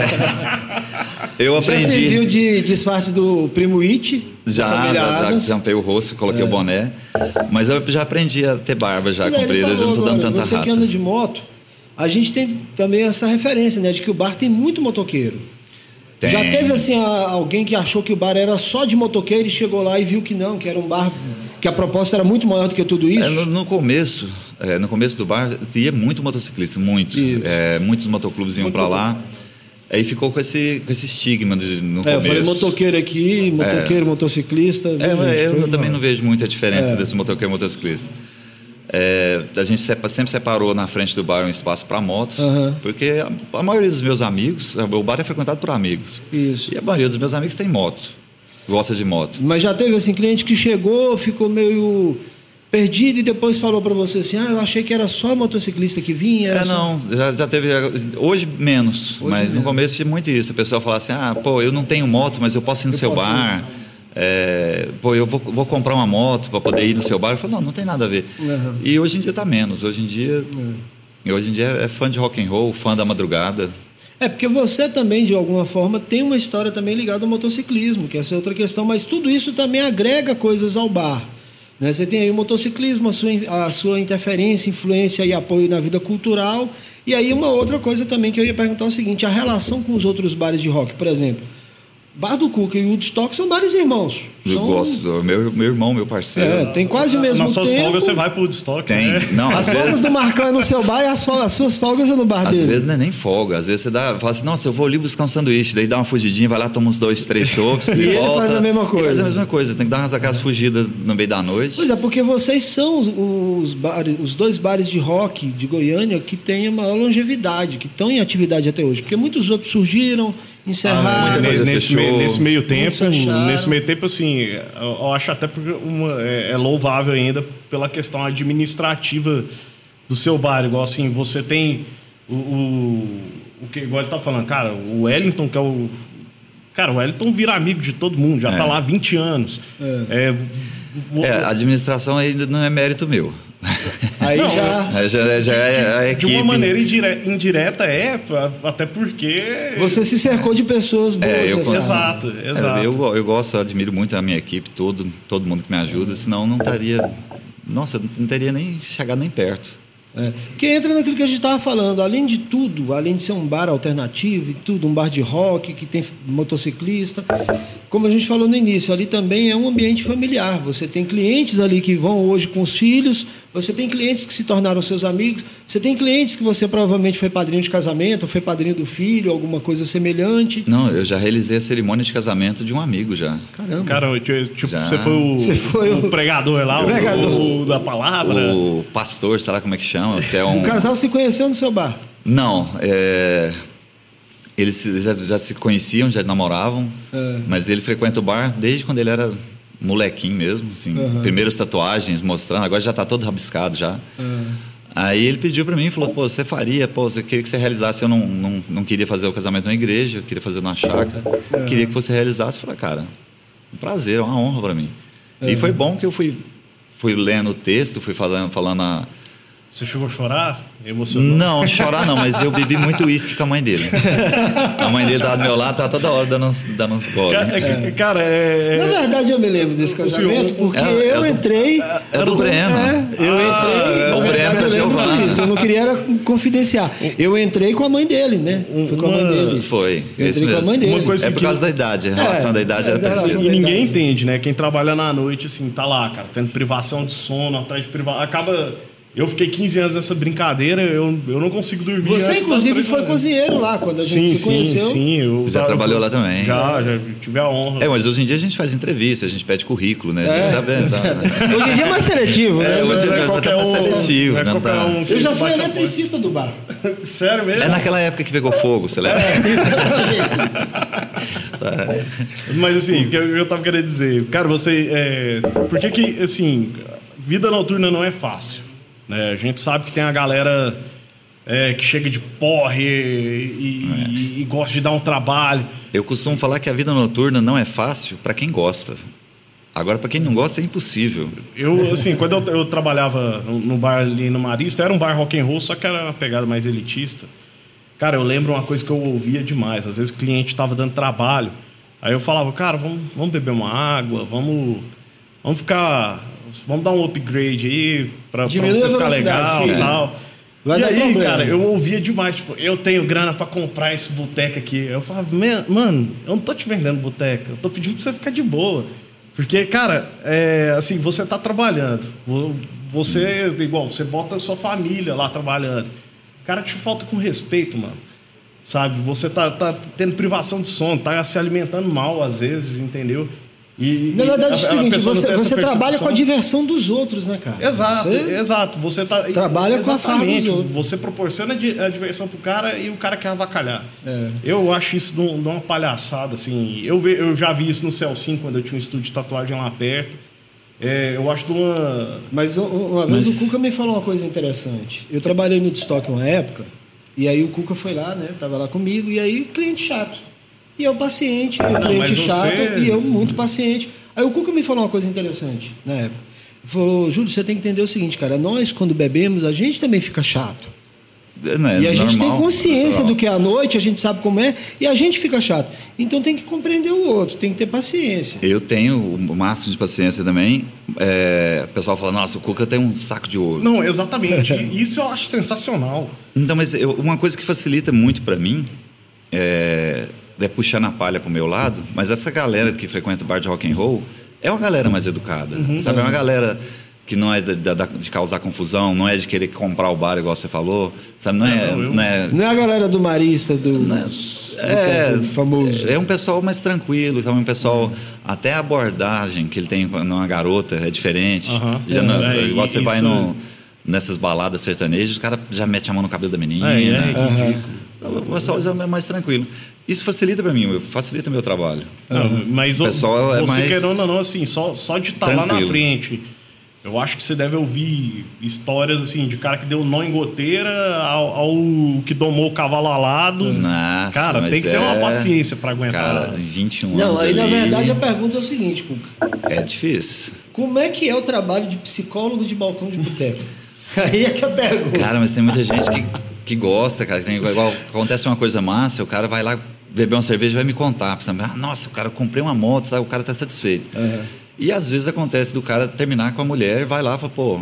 eu aprendi. Já serviu de disfarce do primo It? Já tampei o rosto, coloquei o boné. Mas eu já aprendi a ter barba já comprida, eu já não estou dando tanta rata. Você que anda de moto, a gente tem também essa referência, né? De que o bar tem muito motoqueiro. Já teve assim alguém que achou que o bar era só de motoqueiro e chegou lá e viu que não, que era um bar, que a proposta era muito maior do que tudo isso? No começo do bar ia muito motociclista, muito. Muitos motoclubes iam para lá. Aí ficou com esse estigma no começo. Eu falei motoqueiro aqui, motociclista. Eu também não vejo muita diferença desse motoqueiro e motociclista. A gente sempre separou na frente do bar um espaço para motos, porque a maioria dos meus amigos, o bar é frequentado por amigos. Isso. E a maioria dos meus amigos tem moto, gosta de moto. Mas já teve assim, cliente que chegou, ficou meio perdido e depois falou para você assim, eu achei que era só motociclista que vinha. Não, já teve, hoje menos, mas no começo tinha muito isso. A pessoa falava assim, eu não tenho moto, mas eu posso ir no seu bar. Eu vou comprar uma moto para poder ir no seu bar. Eu falei, não tem nada a ver. E hoje em dia está menos. Hoje em dia é fã de rock and roll, fã da madrugada. Porque você também, de alguma forma, tem uma história também ligada ao motociclismo, que essa é outra questão, mas tudo isso também agrega coisas ao bar. Né? Você tem aí o motociclismo, a sua interferência, influência e apoio na vida cultural. E aí uma outra coisa também que eu ia perguntar é o seguinte, a relação com os outros bares de rock, por exemplo. Bar do Cuca e Woodstock são bares irmãos. Eu gosto. Meu irmão, meu parceiro. Tem quase o mesmo tempo. Nas suas folgas você vai pro Woodstock. Tem. Né? Não, as folgas do Marcão é no seu bar e as suas folgas é no bar dele. Às vezes não é nem folga. Às vezes você fala assim, nossa, eu vou ali buscar um sanduíche. Daí dá uma fugidinha, vai lá, toma uns 2, 3 chopps e ele volta. Faz a mesma coisa. Faz a mesma coisa. Tem que dar umas aquelas fugidas no meio da noite. Pois é, porque vocês são os 2 bares de rock de Goiânia que têm a maior longevidade, que estão em atividade até hoje. Porque muitos outros surgiram, encerraram. Nesse meio tempo, assim, eu acho até porque é louvável ainda pela questão administrativa do seu bar. Igual assim, você tem o que igual ele tá falando, cara, o Wellington, que é o... Cara, o Wellington vira amigo de todo mundo, já tá lá há 20 anos. A administração ainda não é mérito meu. Aí já é a equipe. De uma maneira indireta até porque... Você se cercou de pessoas boas. Exato. Eu gosto, eu admiro muito a minha equipe, todo mundo que me ajuda, senão não estaria... Nossa, não teria nem chegado nem perto. Que entra naquilo que a gente estava falando, além de tudo, além de ser um bar alternativo e tudo, um bar de rock que tem motociclista, como a gente falou no início, ali também é um ambiente familiar. Você tem clientes ali que vão hoje com os filhos, Você tem clientes que se tornaram seus amigos. Você tem clientes que você provavelmente foi padrinho de casamento, ou foi padrinho do filho, alguma coisa semelhante. Não, eu já realizei a cerimônia de casamento de um amigo já. Caramba. Cara, tipo, Já. você foi o pregador lá, o da palavra. O pastor, sei lá como é que chama. Você é O casal se conheceu no seu bar? Não, eles já se conheciam, já namoravam, mas ele frequenta o bar desde quando ele era molequinho mesmo, assim, primeiras tatuagens mostrando, agora já está todo rabiscado já. Aí ele pediu para mim e falou, pô, você faria, pô, eu queria que você realizasse, eu não queria fazer o casamento na igreja, eu queria fazer na chácara, queria que você realizasse. Eu falei, cara, um prazer, uma honra para mim. E foi bom que eu fui lendo o texto, fui falando a... Você chegou a chorar? Emocionou? Não, chorar não, mas eu bebi muito uísque com a mãe dele. A mãe dele tava do meu lado, tava toda hora dando uns goles. Cara, Na verdade, eu me lembro desse casamento, porque eu entrei... É do Breno. Eu entrei... O Breno da Giovana. Eu não queria era confidenciar. Eu entrei com a mãe dele, né? Foi com a mãe dele. Foi, Eu esse entrei com a mãe mesmo. dele. Coisa É por que- causa da idade, a relação da idade era parecida. E ninguém entende, né? Quem trabalha na noite, assim, tá lá, cara, tendo privação de sono, atrás de privação. Acaba. Eu fiquei 15 anos nessa brincadeira, eu não consigo dormir. Você, antes das inclusive, 3 foi da manhã. cozinheiro lá, quando a gente se conheceu. Sim. Eu Já trabalhou lá também? Já tive a honra. Mas hoje em dia a gente faz entrevista, a gente pede currículo, né? A gente sabe, Hoje em dia é mais seletivo, né? hoje Não em dia qualquer tá seletivo, não é não qualquer tá. um que Eu já fui bate a porta. eletricista do bar. Sério mesmo? É naquela época que pegou fogo, você lembra? Mas assim, o que eu tava querendo dizer, cara, você. Por que, assim, vida noturna não é fácil? Né? A gente sabe que tem a galera que chega de porre e gosta de dar um trabalho. Eu costumo falar que a vida noturna não é fácil para quem gosta. Agora, para quem não gosta, é impossível. Eu, assim, quando eu trabalhava no bar ali no Marista, era um bar rock and roll, só que era uma pegada mais elitista. Cara, eu lembro uma coisa que eu ouvia demais. Às vezes o cliente estava dando trabalho. Aí eu falava, cara, vamos beber uma água, vamos dar um upgrade aí pra você Diminui a ficar velocidade, legal e filho. tal. Vai E dar aí, problema. cara, eu ouvia demais, tipo, eu tenho grana pra comprar esse boteco aqui. Eu falava, mano, eu não tô te vendendo boteca, eu tô pedindo pra você ficar de boa. Porque, cara, assim, você tá trabalhando. Você, igual, você bota a sua família lá trabalhando. Cara, te falta com respeito, mano. Sabe? Você tá tendo privação de sono, tá se alimentando mal às vezes, entendeu? Na verdade, é o seguinte, pessoa não tem essa você trabalha com a percepção. diversão dos outros, né, cara? Exato. Você tá, trabalha com a farra dos outros. Você proporciona a diversão pro cara e o cara quer avacalhar. Eu acho isso de uma palhaçada, assim. Eu já vi isso no Celcim, quando eu tinha um estúdio de tatuagem lá perto. Eu acho de uma... Mas uma vez o Cuca me falou uma coisa interessante. Eu trabalhei no Destoque uma época, e aí o Cuca foi lá, né? Tava lá comigo, e aí cliente chato. E eu paciente, e o cliente chato, e eu muito paciente. Aí o Cuca me falou uma coisa interessante na época. Ele falou, Júlio, você tem que entender o seguinte, cara, nós quando bebemos, a gente também fica chato. E a gente tem consciência do que é a noite, a gente sabe como é, e a gente fica chato. Então tem que compreender o outro, tem que ter paciência. Eu tenho o máximo de paciência também. O pessoal fala, nossa, o Cuca tem um saco de ouro. Não, exatamente. Isso eu acho sensacional. Então, mas uma coisa que facilita muito para mim é puxar na palha pro meu lado, mas essa galera que frequenta o bar de rock and roll é uma galera mais educada, sabe? É uma galera que não é de causar confusão, não é de querer comprar o bar, igual você falou, sabe? Não é a galera do Marista, do famoso. É um pessoal mais tranquilo, sabe? Um pessoal, até a abordagem que ele tem numa garota é diferente. Igual você vai nessas baladas sertanejas, o cara já mete a mão no cabelo da menina. O pessoal já é mais tranquilo. Isso facilita para mim, facilita meu trabalho. Mas o pessoal você mais querendo ou não, assim, só de estar lá na frente, eu acho que você deve ouvir histórias assim de cara que deu nó em goteira ao que domou o cavalo alado. Nossa, cara, tem que ter uma paciência para aguentar. Cara, 21 não, anos. Aí ali, na verdade a pergunta é o seguinte, Cuca. É difícil. Como é que é o trabalho de psicólogo de balcão de boteco? Aí é que é a pergunta. Cara, mas tem muita gente que gosta, cara. Igual acontece uma coisa massa, o cara vai lá beber uma cerveja e vai me contar. Nossa, cara, eu comprei uma moto, tá? O cara tá satisfeito. E às vezes acontece do cara terminar com a mulher, vai lá e fala, pô,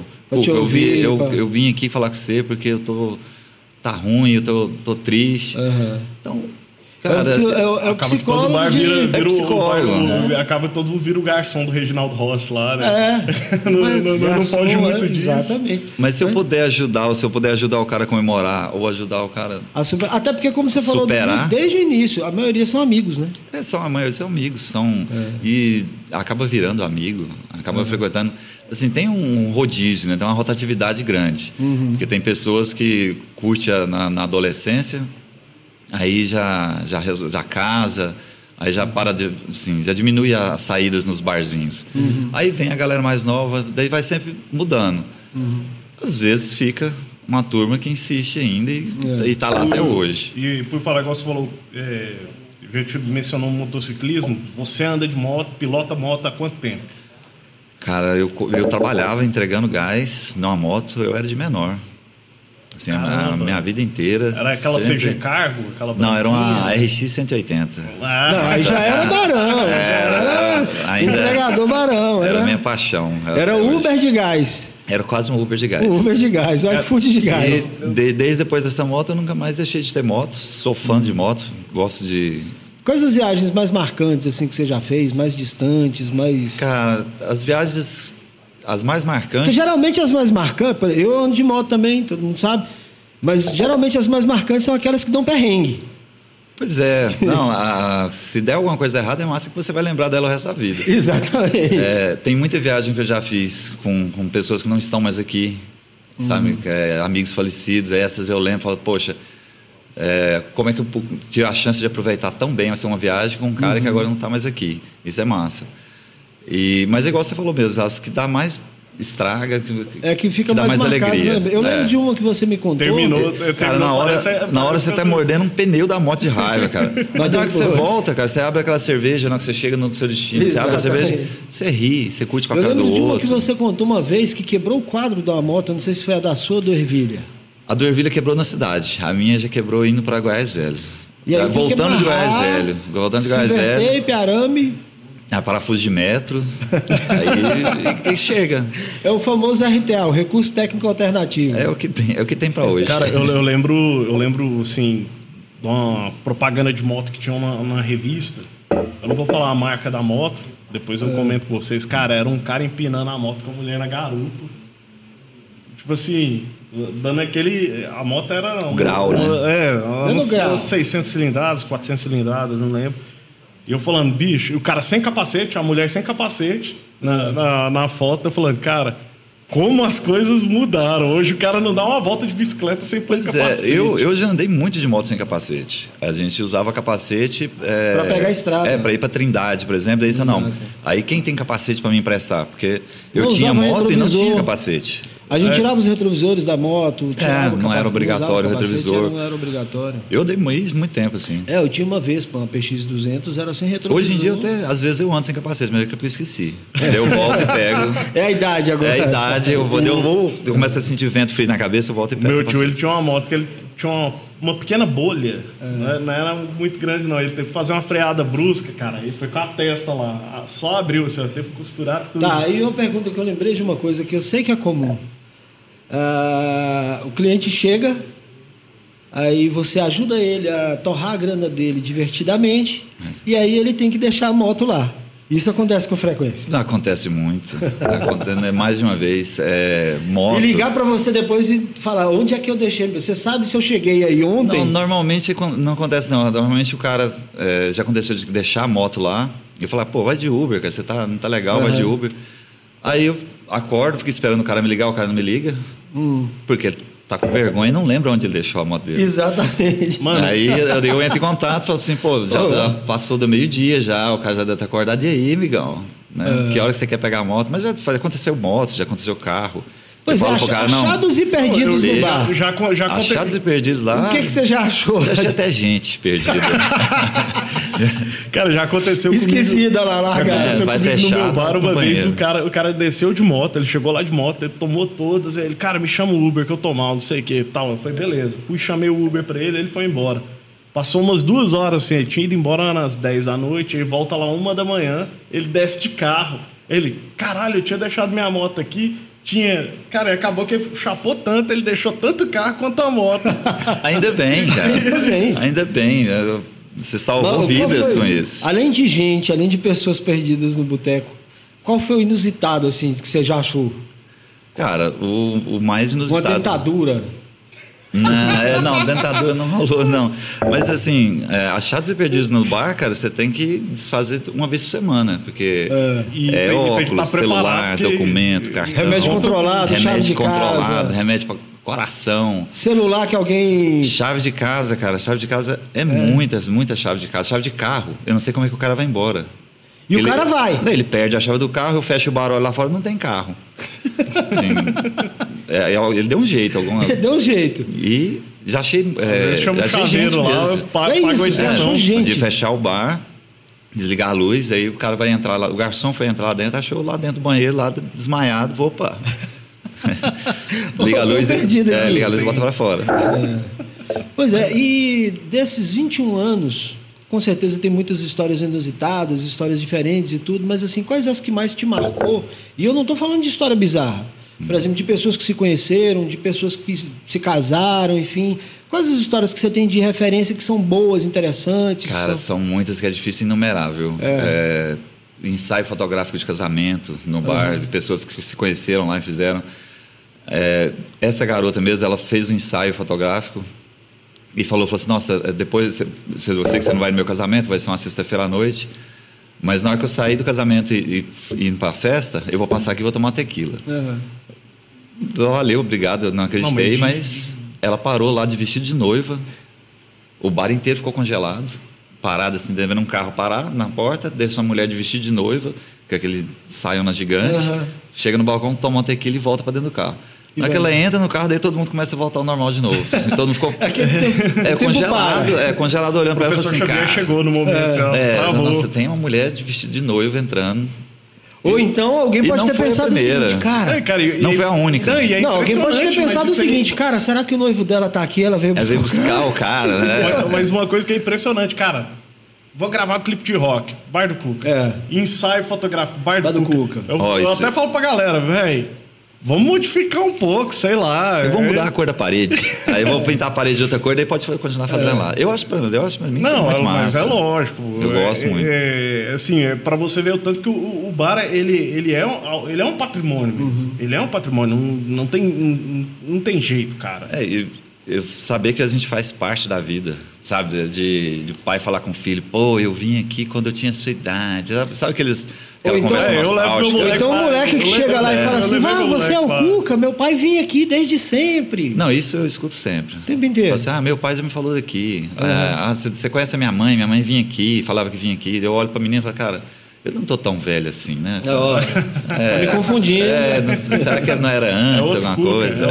eu vim aqui falar com você porque tá ruim, eu tô triste. Então, Cara, é o Acaba que todo psicólogo. bar vira É psicólogo, o acaba todo mundo vira o garçom do Reginaldo Rossi lá, né? Não Garçom, pode muito disso. Exatamente. Mas se eu puder ajudar, ou se eu puder ajudar o cara a comemorar, ou ajudar o cara... Até porque, como você falou, Superar. desde o início, a maioria são amigos, né? A maioria são amigos, e acaba virando amigo, acaba frequentando. Assim, tem um rodízio, né? Tem uma rotatividade grande. Porque tem pessoas que curtem na adolescência, aí já casa, aí já para de, assim, já diminui as saídas nos barzinhos. Aí vem a galera mais nova, daí vai sempre mudando. Às vezes fica uma turma que insiste ainda e tá lá até hoje. E por falar, igual você falou, a gente mencionou o motociclismo, você anda de moto, pilota moto há quanto tempo? Cara, eu trabalhava entregando gás numa moto, eu era de menor. Assim, a minha vida inteira. Era aquela sempre... CG Cargo? Não, era uma RX 180. Não, aí já era barão. Já era entregador barão. Era a minha paixão. Era o Uber de gás. Era quase um Uber de gás. O Uber de gás, o iFood de gás. Desde depois dessa moto, eu nunca mais deixei de ter moto. Sou fã de moto, gosto de... Quais as viagens mais marcantes assim que você já fez, mais distantes, mais... Cara, as viagens, as mais marcantes... Porque geralmente as mais marcantes, eu ando de moto também, todo mundo sabe, mas geralmente as mais marcantes são aquelas que dão perrengue. Pois é, não, se der alguma coisa errada, é massa que você vai lembrar dela o resto da vida. Exatamente. Tem muita viagem que eu já fiz com pessoas que não estão mais aqui, sabe? Amigos falecidos, essas eu lembro e falo, poxa... como é que eu tive a chance de aproveitar tão bem uma viagem com um cara que agora não está mais aqui. Isso é massa. Mas é igual você falou mesmo, as que dá mais estraga, que fica que dá mais alegria. Eu lembro de uma que você me contou. Terminou. Cara, na hora você tá mordendo um pneu da moto de raiva, cara. Mas na hora que você volta, cara, você abre aquela cerveja, na hora que você chega no seu destino, você abre a cerveja, você ri, você curte com a cara do outro. Eu lembro de uma que você contou uma vez que quebrou o quadro da moto, eu não sei se foi a da sua ou do Ervilha. A do Ervilha quebrou na cidade. A minha já quebrou indo para Goiás Velho. E aí, voltando de Goiás Velho. Voltando de Goiás Velho. Tape, arame. Parafuso de metro. Aí chega. É o famoso RTA, o recurso técnico alternativo. É o que tem para hoje. Cara, eu lembro, assim, de uma propaganda de moto que tinha uma revista. Eu não vou falar a marca da moto, depois eu comento com vocês. Cara, era um cara empinando a moto com a mulher na garupa. Tipo assim, dando aquele... A moto era... grau, né? Umas 600 cilindradas, 400 cilindradas, não lembro. E eu falando, bicho, e o cara sem capacete, a mulher sem capacete, na foto, eu falando, cara, como as coisas mudaram. Hoje o cara não dá uma volta de bicicleta sem pôr capacete. Eu já andei muito de moto sem capacete. A gente usava capacete... pra pegar a estrada. Pra ir pra Trindade, por exemplo, isso não. Aí quem tem capacete pra me emprestar? Porque eu tinha moto e não tinha capacete. A gente tirava os retrovisores da moto. Não era obrigatório o retrovisor. Não era obrigatório. Eu dei muito tempo, assim. Eu tinha uma vez, uma PX200, era sem retrovisor. Hoje em dia, às vezes, eu ando sem capacete, mas é que eu esqueci. Eu volto e pego. É a idade agora. É a idade, eu começo a sentir vento frio na cabeça, eu volto e pego. Meu tio, ele tinha uma moto que ele tinha uma pequena bolha. Não era muito grande, não. Ele teve que fazer uma freada brusca, cara. Ele foi com a testa lá. Só abriu, você teve que costurar tudo. Tá, e uma pergunta que eu lembrei de uma coisa que eu sei que é comum. O cliente chega, aí você ajuda ele a torrar a grana dele divertidamente, e aí ele tem que deixar a moto lá. Isso acontece com frequência? Não, acontece muito. Acontece mais de uma vez. Moto... E ligar para você depois e falar, onde é que eu deixei? Você sabe se eu cheguei aí ontem? Não, normalmente não acontece não. Normalmente o cara, já aconteceu de deixar a moto lá e falar, pô, vai de Uber, cara, não tá legal, vai de Uber. Aí eu acordo, fico esperando o cara me ligar, o cara não me liga. Porque tá com vergonha e não lembra onde ele deixou a moto dele. Exatamente. Mano. Aí eu entro em contato e falo assim, pô, já passou do meio-dia já, o cara já deve estar acordado. E aí, amigão? Né? Que hora que você quer pegar a moto? Mas já aconteceu moto, já aconteceu carro. Pois é, achados e perdidos no bar. Já achados e perdidos lá. O que você já achou? Já tinha até gente perdida. Cara, já aconteceu comigo. Esquecida lá, largada. Vai fechar, no meu bar uma vez, o cara desceu de moto, ele chegou lá de moto, ele tomou todas, ele, cara, me chama o Uber que eu tô mal, não sei o que tal. Eu falei, beleza. Fui, chamei o Uber pra ele foi embora. Passou umas 2 horas assim, ele tinha ido embora às 10 da noite, ele volta lá 1 da manhã, ele desce de carro. Ele, caralho, eu tinha deixado minha moto aqui. Cara, acabou que ele chapou tanto, ele deixou tanto carro quanto a moto. Ainda bem, cara. Ainda bem. Você salvou vidas com isso. Além de gente, além de pessoas perdidas no boteco, qual foi o inusitado, assim, que você já achou? Cara, o mais inusitado... Uma dentadura? Não, dentadura não rolou, não. Mas assim, achados e perdidos no bar, cara, você tem que desfazer uma vez por semana, porque óculos, celular, documento, cartão... Remédio controlado, chave de casa... Remédio para coração... Celular que alguém... Chave de casa, cara, chave de casa muita chave de casa. Chave de carro, eu não sei como é que o cara vai embora. E o cara vai. Ele perde a chave do carro, eu fecho o bar, olho lá fora, não tem carro. Assim, ele deu um jeito. Ele deu um jeito. E já achei... Às vezes chama um chaveiro lá, paga 800 de fechar o bar, desligar a luz, aí o cara vai entrar lá, o garçom foi entrar lá dentro, achou lá dentro do banheiro, lá desmaiado, opa. Liga a luz e bota pra fora. Pois é, e desses 21 anos... Com certeza tem muitas histórias inusitadas, histórias diferentes e tudo, mas assim, quais as que mais te marcou? E eu não estou falando de história bizarra. Por exemplo, de pessoas que se conheceram, de pessoas que se casaram, enfim. Quais as histórias que você tem de referência que são boas, interessantes? Cara, são muitas que é difícil enumerar, viu? Ensaio fotográfico de casamento no bar, de pessoas que se conheceram lá e fizeram. Essa garota mesmo, ela fez um ensaio fotográfico e falou assim, nossa, depois eu sei que você não vai no meu casamento, vai ser uma sexta-feira à noite, mas na hora que eu sair do casamento e ir para a festa, eu vou passar aqui e vou tomar tequila. Valeu, obrigado, eu não acreditei, mas ela parou lá de vestido de noiva, o bar inteiro ficou congelado, parado assim, devendo um carro parar na porta, desce uma mulher de vestido de noiva, com aquele saiona gigante, chega no balcão, toma uma tequila e volta para dentro do carro. Na hora que ela entra no carro, daí todo mundo começa a voltar ao normal de novo. Assim, todo mundo ficou congelado olhando para ela e falou assim, cara... chegou no momento, nossa, tem uma mulher de vestido de noivo entrando. Ou então alguém pode ter pensado o seguinte, cara... Não foi a única. Não, alguém pode ter pensado o seguinte, cara, será que o noivo dela tá aqui? Ela veio buscar o cara, né? Mas uma coisa que é impressionante, cara... Vou gravar um clipe de rock, Bar do Cuca. Ensaio fotográfico, Bar do Cuca. Eu até falo pra galera, velho... Vamos modificar um pouco, sei lá. Eu vou mudar a cor da parede. Aí eu vou pintar a parede de outra cor, daí pode continuar fazendo lá. Eu acho pra mim isso muito massa. Mas é lógico. Eu gosto muito. Assim, pra você ver o tanto que o bar, ele é um patrimônio mesmo. Ele é um patrimônio, não tem jeito, cara. Eu saber que a gente faz parte da vida, sabe? De pai falar com o filho, pô, eu vim aqui quando eu tinha sua idade. Sabe aqueles... Ou então o moleque que chega lá e fala assim, você é o Cuca, meu pai vinha aqui desde sempre. Não, isso eu escuto sempre. O tempo inteiro. Assim, meu pai já me falou daqui. Você conhece a minha mãe vinha aqui, falava que vinha aqui. Eu olho pra menina e falo, cara, eu não tô tão velho assim, né? Me confundindo. Será que não era antes alguma coisa?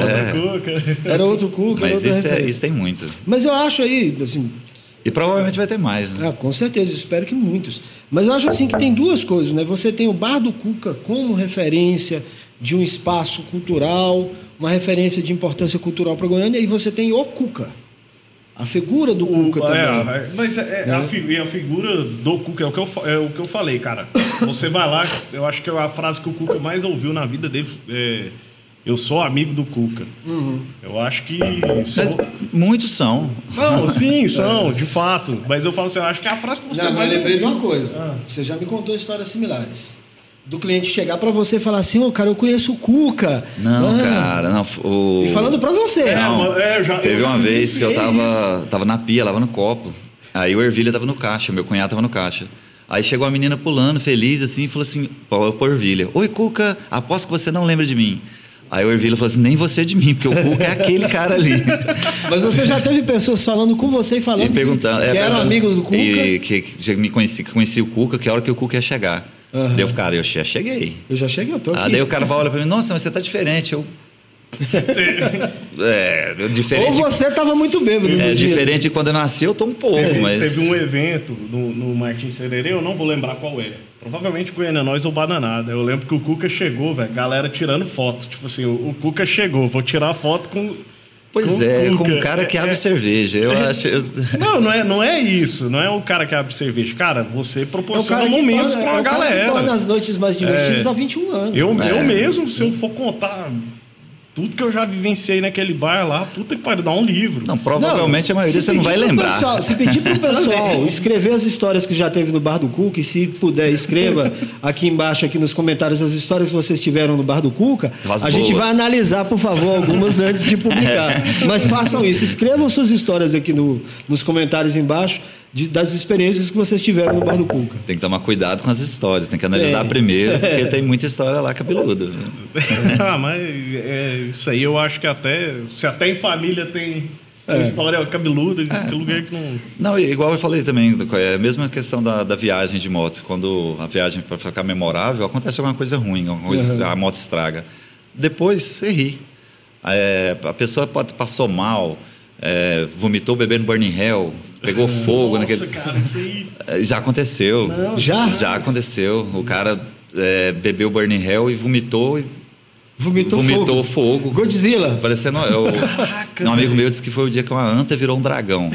Era outro Cuca. Mas isso tem muito. Mas eu acho aí, assim... E provavelmente vai ter mais, né? Com certeza, espero que muitos. Mas eu acho assim que tem duas coisas, né? Você tem o Bar do Cuca como referência de um espaço cultural, uma referência de importância cultural para Goiânia, e você tem o Cuca, a figura do Cuca também. Mas a figura do Cuca é o que eu falei, cara. Você vai lá, eu acho que a frase que o Cuca mais ouviu na vida dele eu sou amigo do Cuca. Eu acho que... Mas muitos são. Não, sim, são, de fato. Mas eu falo assim, eu acho que é a frase que você mais... Eu lembrei de uma coisa. Você já me contou histórias similares. Do cliente chegar pra você e falar assim, cara, eu conheço o Cuca. Não, cara, não. E falando pra você. Teve uma vez que eu tava na pia, lavando copo. Aí o Ervilha tava no caixa, meu cunhado tava no caixa. Aí chegou a menina pulando, feliz, assim, e falou assim, pro Ervilha, oi, Cuca, aposto que você não lembra de mim. Aí o Ervilha falou assim, nem você de mim, porque o Cuca é aquele cara ali. Mas você já teve pessoas falando com você e falando que era amigo do Cuca? E que conheci o Cuca, que a hora que o Cuca ia chegar. Daí eu, cara, eu já cheguei. Eu já tô aqui. Daí o cara olha pra mim, nossa, mas você tá diferente. Diferente. Ou você tava muito bêbado. Diferente de quando eu nasci, eu tô um pouco, Teve um evento no Martins Sererê, eu não vou lembrar qual é. Provavelmente Goiânia Nós ou Bananada. Eu lembro que o Cuca chegou, velho, galera tirando foto. Tipo assim, o Cuca chegou, vou tirar foto com... com um cara que abre cerveja. Eu acho. Não é isso. Não é o cara que abre cerveja. Cara, você proporciona momentos pra uma galera. Torna as noites mais divertidas há 21 anos. Eu mesmo, se eu for contar tudo que eu já vivenciei naquele bar lá, puta que pariu, dá um livro. Não, provavelmente a maioria você não vai lembrar. Pessoal, se pedir pro pessoal escrever as histórias que já teve no Bar do Cuca, e se puder, escreva aqui embaixo, aqui nos comentários, as histórias que vocês tiveram no Bar do Cuca, a gente vai analisar, por favor, algumas antes de publicar. Mas façam isso, escrevam suas histórias aqui nos comentários embaixo, das experiências que vocês tiveram no Bar do Cuca. Tem que tomar cuidado com as histórias, tem que analisar primeiro, porque tem muita história lá cabeluda. Mas isso aí eu acho que se até em família tem história cabeluda, que lugar que não... Não, igual eu falei também, é a mesma questão da viagem de moto. Quando a viagem, para ficar memorável, acontece alguma coisa ruim, a moto estraga. Depois você ri. A pessoa passou mal, vomitou bebendo Burning Hell, pegou fogo. Nossa, cara, isso aí... Já aconteceu. Não, já? Já aconteceu. O cara bebeu Burning Hell e vomitou fogo. Godzilla. Parecendo... um amigo meu disse que foi o dia que uma anta virou um dragão.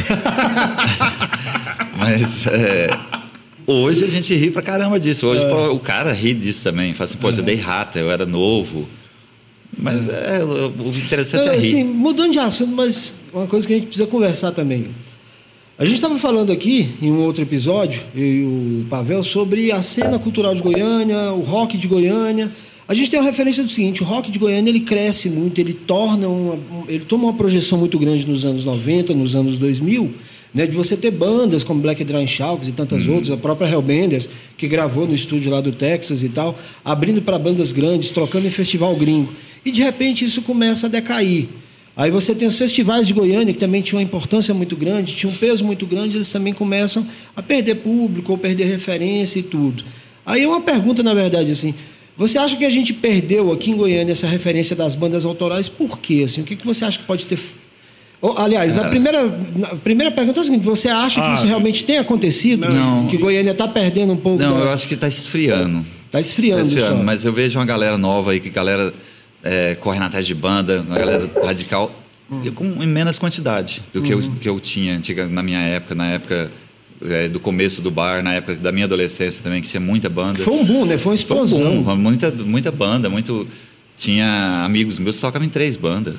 Mas... hoje a gente ri pra caramba disso. Hoje o cara ri disso também. Fala assim, pô, eu dei rata, eu era novo. Mas o interessante é rir. Assim, mudando de assunto, mas uma coisa que a gente precisa conversar também. A gente estava falando aqui, em um outro episódio, eu e o Pavel, sobre a cena cultural de Goiânia, o rock de Goiânia. A gente tem uma referência do seguinte: o rock de Goiânia ele cresce muito, ele toma uma projeção muito grande nos anos 90, nos anos 2000, né, de você ter bandas como Black Dry Chalks e tantas outras, a própria Hellbenders, que gravou no estúdio lá do Texas e tal, abrindo para bandas grandes, trocando em festival gringo. E de repente isso começa a decair. Aí você tem os festivais de Goiânia, que também tinham uma importância muito grande, tinham um peso muito grande, eles também começam a perder público, ou perder referência e tudo. Aí é uma pergunta, na verdade, assim, você acha que a gente perdeu aqui em Goiânia essa referência das bandas autorais? Por quê? Assim, o que você acha que pode ter... Aliás, na primeira pergunta é o seguinte: você acha que isso realmente tem acontecido? Não. Que Goiânia está perdendo um pouco? Não, eu acho que está esfriando. Está esfriando só. Mas eu vejo uma galera nova aí, que galera correndo atrás de banda, uma galera radical, em menos quantidade do que eu tinha na minha época, na época do começo do bar, na época da minha adolescência também, que tinha muita banda. Foi um boom, né? Foi uma explosão. Foi um boom, muita banda, tinha amigos meus que tocavam em 3 bandas.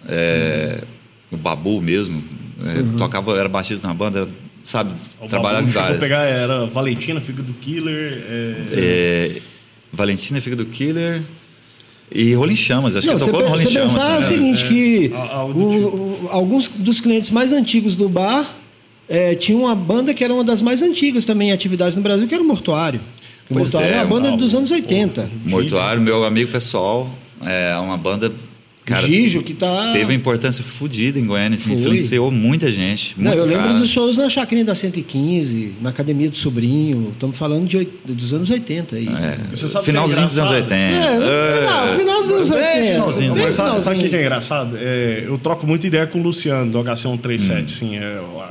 O Babu mesmo, tocava, era baixista na banda, sabe, trabalhava em várias. Era Valentina, filha do Killer. Valentina, filha do Killer e Rolling Chamas. Acho que tocou no Rolling Chamas. Você pensar o seguinte, que alguns dos clientes mais antigos do bar tinham uma banda que era uma das mais antigas também em atividade no Brasil, que era o Mortuário. O Mortuário é uma banda dos anos 80. Mortuário, meu amigo pessoal, é uma banda... Cara, Gijo, que teve uma importância fodida em Goiânia, assim, influenciou muita gente. Eu lembro dos shows na Chacrinha da 115, na Academia do Sobrinho. Estamos falando dos anos 80 aí. Finalzinho dos anos 80. Final dos anos 80. Sabe o que é engraçado? Eu troco muita ideia com o Luciano, do HC137. Assim,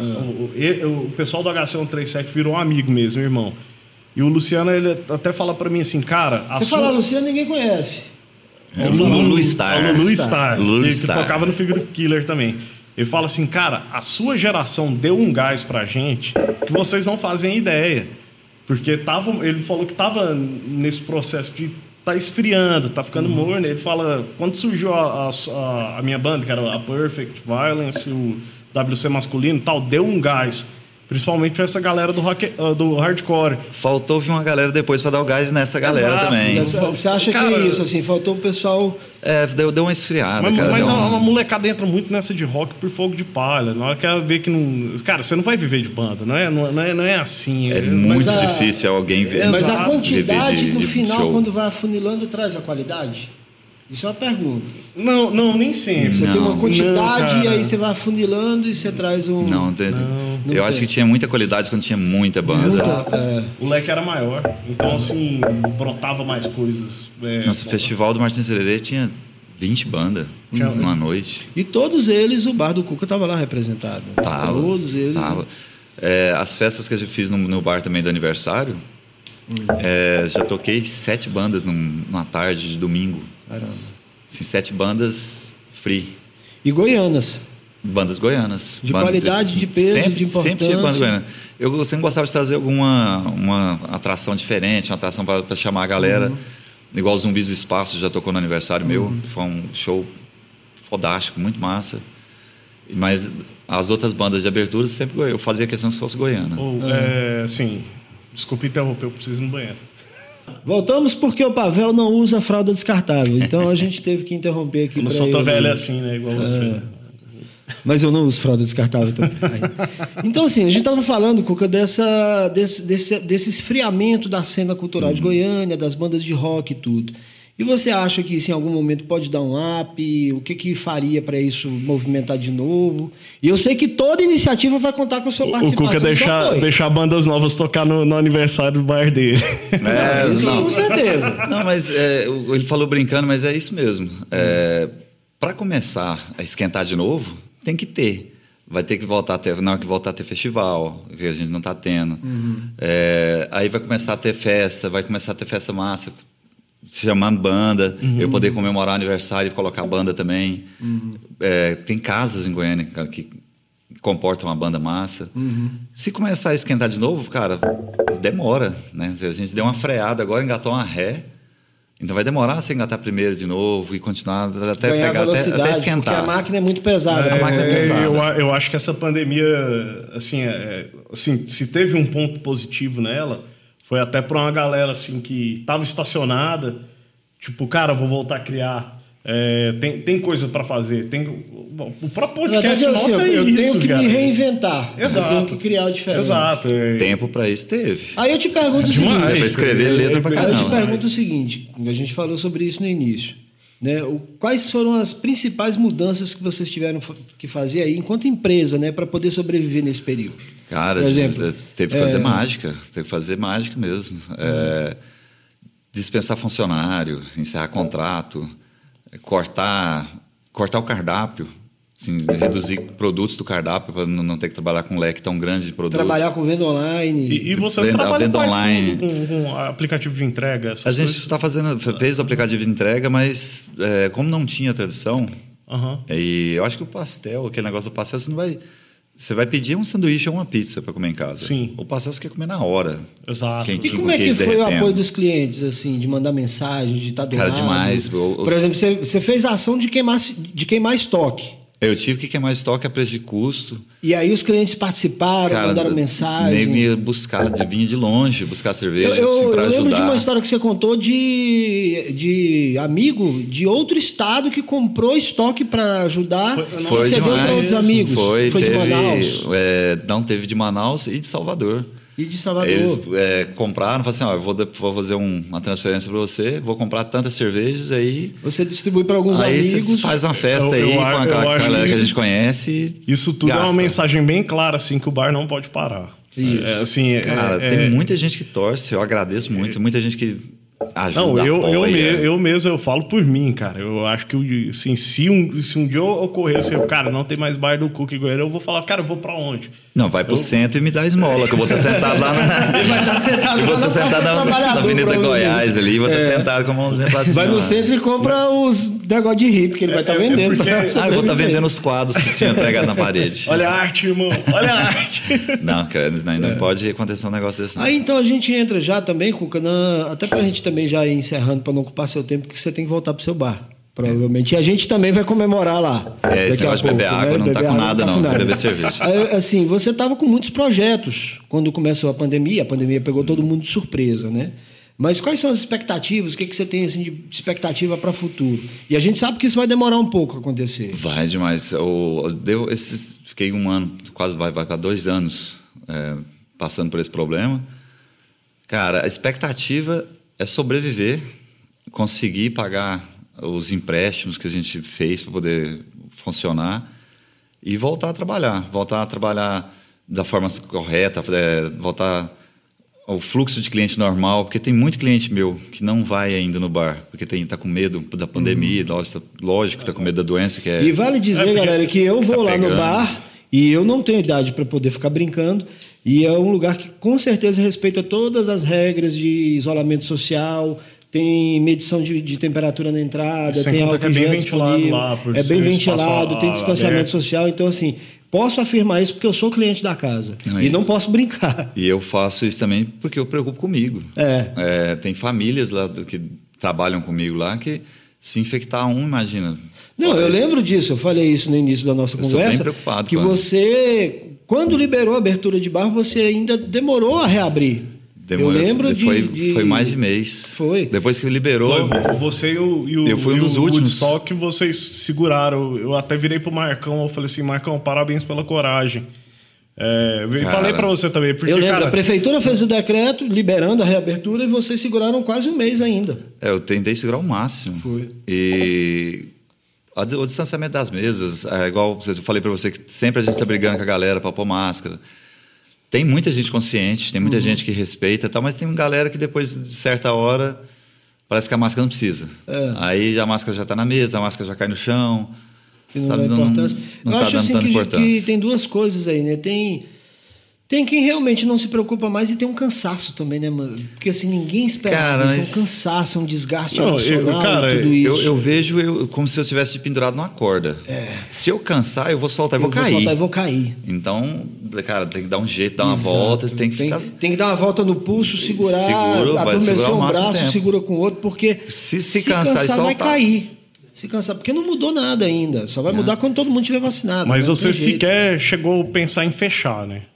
o pessoal do HC137 virou um amigo mesmo, irmão. E o Luciano, ele até fala pra mim assim, cara... fala Luciano, ninguém conhece. O Lulu Star. Que tocava no Figure Killer também. Ele fala assim, cara, a sua geração deu um gás pra gente que vocês não fazem ideia. Porque ele falou que tava nesse processo de tá esfriando, tá ficando morno. Ele fala, quando surgiu a minha banda, que era a Perfect Violence, o WC masculino e tal, deu um gás. Principalmente pra essa galera do hardcore. Faltou vir uma galera depois pra dar o gás nessa galera também. Você acha que é isso, assim, faltou o pessoal... Deu uma esfriada, mas a molecada entra muito nessa de rock por fogo de palha. Na hora que ela vê que não... Cara, você não vai viver de banda, não é assim. É muito difícil alguém ver. Mas a quantidade, no final, show. Quando vai afunilando, traz a qualidade? Isso é uma pergunta. Não, nem sempre. Você tem uma quantidade e aí você vai afunilando e você traz um... Eu acho que tinha muita qualidade quando tinha muita banda. O leque era maior. Então, assim, brotava mais coisas. Nosso festival do Martins Sererê tinha 20 bandas numa noite. E todos eles, o Bar do Cuca estava lá representado. Todos eles. As festas que eu fiz no bar também do aniversário, já toquei 7 bandas numa tarde de domingo. Caramba. Assim, 7 bandas free. E goianas. Bandas goianas. De qualidade, de peso, de importância. Sempre tinha banda goiana. Eu sempre gostava de trazer uma atração diferente, uma atração para chamar a galera. Igual os Zumbis do Espaço, já tocou no aniversário meu. Foi um show fodástico, muito massa. Mas as outras bandas de abertura, sempre eu fazia questão que fosse goiana. Assim, desculpa interromper, eu preciso ir no banheiro. Voltamos porque o Pavel não usa fralda descartável. Então a gente teve que interromper aqui. Eu não sou tão velho assim, né? Igual você. Mas eu não uso fralda descartável também. Então, assim, a gente estava falando, Cuca, desse esfriamento da cena cultural de Goiânia, das bandas de rock e tudo. E você acha que isso em algum momento pode dar um up? O que faria para isso movimentar de novo? E eu sei que toda iniciativa vai contar com a sua participação. O Cuca deixar bandas novas tocar no aniversário do bar dele. Isso com certeza. Não, mas ele falou brincando, mas é isso mesmo. Para começar a esquentar de novo, tem que ter. Vai ter que voltar a ter, não, que voltar a ter festival, que a gente não está tendo. Aí vai começar a ter festa, massa, chamando banda, eu poder comemorar o aniversário e colocar banda também. Tem casas em Goiânia que comportam uma banda massa. Se começar a esquentar de novo, cara, demora, né? A gente deu uma freada agora, engatou uma ré, então vai demorar você engatar primeiro de novo e continuar até ganhar pegar, até esquentar. Porque a máquina é muito pesada. Eu acho que essa pandemia, assim, se teve um ponto positivo nela, foi até para uma galera assim que estava estacionada, tipo, cara, vou voltar a criar. Tem coisa para fazer. O próprio podcast nosso é isso. Eu tenho que me reinventar. Exato. Eu tenho que criar o diferente. Exato. Tempo para isso teve. Aí eu te pergunto o seguinte. Você vai escrever letra pra caramba. Aí eu te pergunto o seguinte. A gente falou sobre isso no início. Né? Quais foram as principais mudanças que vocês tiveram que fazer aí enquanto empresa, né, para poder sobreviver nesse período? Cara, por exemplo, teve que fazer mágica. Teve que fazer mágica mesmo. Dispensar funcionário, encerrar contrato, cortar o cardápio, assim, reduzir produtos do cardápio para não ter que trabalhar com um leque tão grande de produtos. Trabalhar com venda online. E você trabalha com aplicativo de entrega? A gente fez o aplicativo de entrega, mas como não tinha tradição, e eu acho que o pastel, aquele negócio do pastel, você vai pedir um sanduíche ou uma pizza para comer em casa. Sim. O pastel você quer comer na hora. Exato. E como é que foi o apoio dos clientes, assim, de mandar mensagem, de estar do lado? Cara, demais. Por exemplo, você fez a ação de queimar estoque. Eu tive que queimar estoque a preço de custo. E aí os clientes participaram, cara, mandaram mensagem. Nem me buscar, vinha de longe buscar cerveja assim, para ajudar. Eu lembro de uma história que você contou de amigo de outro estado que comprou estoque para ajudar. Foi você demais. Deu para outros amigos. Foi de Manaus? Não, teve de Manaus e de Salvador. E de Salvador. Eles compraram, falaram assim, eu vou fazer uma transferência para você, vou comprar tantas cervejas, aí... Você distribui para alguns amigos. Aí você faz uma festa com a galera que a gente conhece. Isso tudo gasta. É uma mensagem bem clara, assim, que o bar não pode parar. Cara, tem muita gente que torce, eu agradeço muito, muita gente que ajuda, eu mesmo, eu falo por mim, cara. Eu acho que, assim, se um dia ocorresse, cara, não tem mais bar do Cuca em Goiânia, eu vou falar, cara, eu vou pra onde? Não, vai pro centro e me dá esmola, que eu vou estar sentado lá na... Ele vai estar sentado na Avenida Goiás ali, vou estar sentado com a mãozinha pra cima. Vai no centro e compra os negócios de hippie, que ele vai estar vendendo. Eu vou estar vendendo os quadros que tinha pregado na parede. Olha a arte, irmão, olha a arte. Não, cara, não pode acontecer um negócio desse. Aí então a gente entra já também, Cuca, até pra gente também já ir encerrando, pra não ocupar seu tempo, porque você tem que voltar pro seu bar. Provavelmente. E a gente também vai comemorar lá. Esse negócio de beber água, não tá com nada, não. Quero beber cerveja. Assim, você estava com muitos projetos quando começou a pandemia pegou todo mundo de surpresa, né? Mas quais são as expectativas? O que você tem assim, de expectativa para o futuro? E a gente sabe que isso vai demorar um pouco a acontecer. Vai demais. Fiquei um ano, quase vai para 2 anos, passando por esse problema. Cara, a expectativa é sobreviver, conseguir pagar os empréstimos que a gente fez para poder funcionar e voltar a trabalhar da forma correta, voltar ao fluxo de cliente normal, porque tem muito cliente meu que não vai ainda no bar, porque está com medo da pandemia, lógico que está com medo da doença. E vale dizer, galera, que eu vou lá no bar e eu não tenho idade para poder ficar brincando, e é um lugar que com certeza respeita todas as regras de isolamento social. Tem medição de temperatura na entrada, tem álcool gel disponível, é bem ventilado, tem distanciamento social. Então, assim, posso afirmar isso porque eu sou cliente da casa e não posso brincar. E eu faço isso também porque eu preocupo comigo. Tem famílias lá que trabalham comigo lá que Se infectar imagina. Não, eu lembro disso, eu falei isso no início da nossa conversa. Sou bem preocupado, que você, quando liberou a abertura de bar, você ainda demorou a reabrir. Demorou, eu lembro foi mais de mês. Foi. Depois que liberou. Você e o eu fui um dos últimos. Woodstock, vocês seguraram. Eu até virei pro Marcão, eu falei assim, Marcão, parabéns pela coragem. Falei pra você também. Porque, eu lembro, a prefeitura fez o decreto liberando a reabertura e vocês seguraram quase um mês ainda. Eu tentei segurar o máximo. Foi. E o distanciamento das mesas, igual eu falei pra você, que sempre a gente tá brigando com a galera pra pôr máscara. Tem muita gente consciente, tem muita gente que respeita, tal, mas tem uma galera que depois de certa hora parece que a máscara não precisa. Aí a máscara já está na mesa, a máscara já cai no chão. Que não dá importância. Não eu tá acho dando assim tanta importância. que tem duas coisas aí, né? Tem quem realmente não se preocupa mais e tem um cansaço também, né, mano? Porque assim, ninguém espera isso. É um cansaço, é um desgaste emocional, tudo isso. Eu vejo como se eu estivesse pendurado numa corda. Se eu cansar, eu vou soltar e vou cair. Então, cara, tem que dar um jeito, dar uma volta. Tem que dar uma volta no pulso, segurar, adormecer um braço, segura com o outro, porque se cansar e soltar, vai cair. Se cansar, porque não mudou nada ainda. Só vai mudar quando todo mundo estiver vacinado. Mas você sequer chegou a pensar em fechar, né?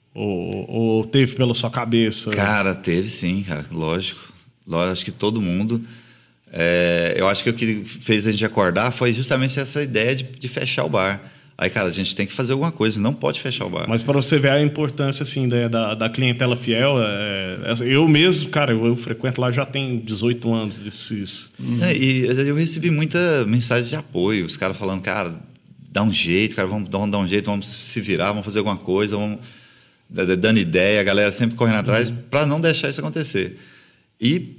Ou teve pela sua cabeça? Cara, teve sim, cara. Lógico. Acho que todo mundo. Eu acho que o que fez a gente acordar foi justamente essa ideia de fechar o bar. Aí, cara, a gente tem que fazer alguma coisa, não pode fechar o bar. Mas para você ver a importância assim, da clientela fiel, eu mesmo, cara, eu frequento lá já tem 18 anos desses. E eu recebi muita mensagem de apoio, os caras falando, cara, dá um jeito, cara, vamos dar um jeito, vamos se virar, vamos fazer alguma coisa, vamos dando ideia, a galera sempre correndo atrás para não deixar isso acontecer. E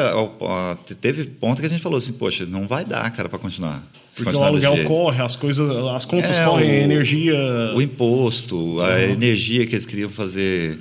teve ponto que a gente falou assim, poxa, não vai dar, cara, para continuar. Porque o aluguel corre, as contas correm, a energia... O imposto, a energia que eles queriam fazer,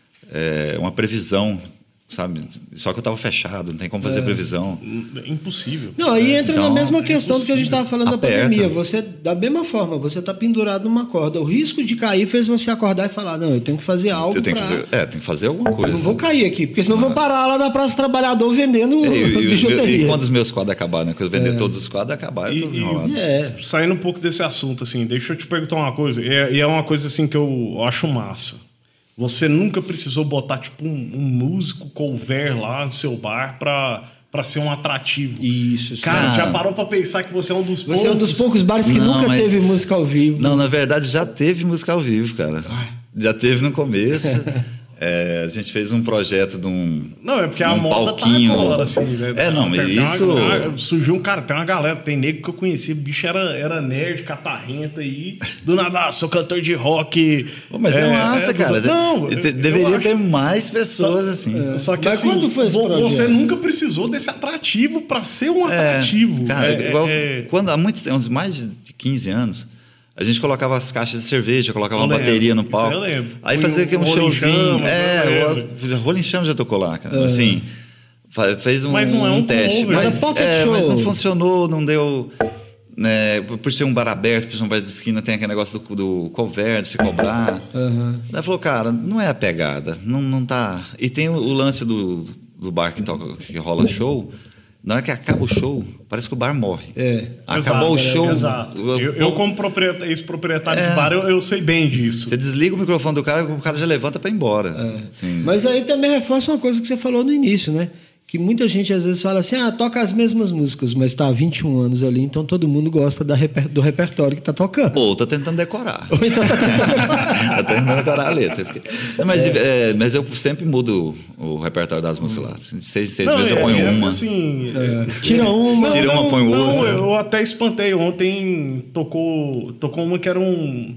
uma previsão, sabe? Só que eu estava fechado, não tem como fazer previsão. Impossível. Não, aí entra na mesma questão do que a gente estava falando da pandemia. Você, da mesma forma, você está pendurado numa corda. O risco de cair fez você acordar e falar, não, eu tenho que fazer algo tem que fazer alguma coisa. Não vou cair aqui, porque senão vou parar lá na Praça Trabalhador vendendo bijuteria. E quando os meus quadros acabarem, né? Quando eu vender todos os quadros, acabar, eu tô enrolado. Saindo um pouco desse assunto, assim, deixa eu te perguntar uma coisa. E é uma coisa, assim, que eu acho massa. Você nunca precisou botar, tipo, um músico cover lá no seu bar pra ser um atrativo. Isso. Cara, já parou pra pensar que você é um dos poucos... Você é um dos poucos bares que nunca teve música ao vivo. Não, na verdade, já teve música ao vivo, cara. Já teve no começo. A gente fez um projeto de um... Não, é porque a moda palquinho. Tá agora, assim, né? Isso... surgiu um cara, tem uma galera, tem nego que eu conheci, o bicho era nerd, catarrenta aí, do nada, sou cantor de rock. Mas é massa, cara. Não, deveria ter mais pessoas assim. Só que assim, quando foi esse projeto? Você nunca precisou desse atrativo para ser um atrativo. Cara, quando há muito tempo, mais de 15 anos, a gente colocava as caixas de cerveja, colocava uma bateria no palco. Eu lembro. Aí fazia um showzinho. O Rolling Chama já tocou lá, cara. Assim, fez um teste. Mas não funcionou, não deu. Né, por ser um bar aberto, por ser um bar de esquina, tem aquele negócio do cover, de se cobrar. Ela falou, cara, não é a pegada. Não tá. E tem o lance do bar que rola show. Na hora que acaba o show, parece que o bar morre. Acabou o show. Exato. Eu como ex-proprietário de bar, eu sei bem disso. Você desliga o microfone do cara, o cara já levanta para ir embora. Mas aí também reforça uma coisa que você falou no início, né? Que muita gente às vezes fala assim, toca as mesmas músicas, mas está há 21 anos ali, então todo mundo gosta do repertório que está tocando. Ou tá tentando decorar. Tá tentando decorar a letra. Mas eu sempre mudo o repertório das músicas lá. 6 meses eu ponho uma. Assim, tira uma, põe outra. Eu até espantei. Ontem tocou uma que era um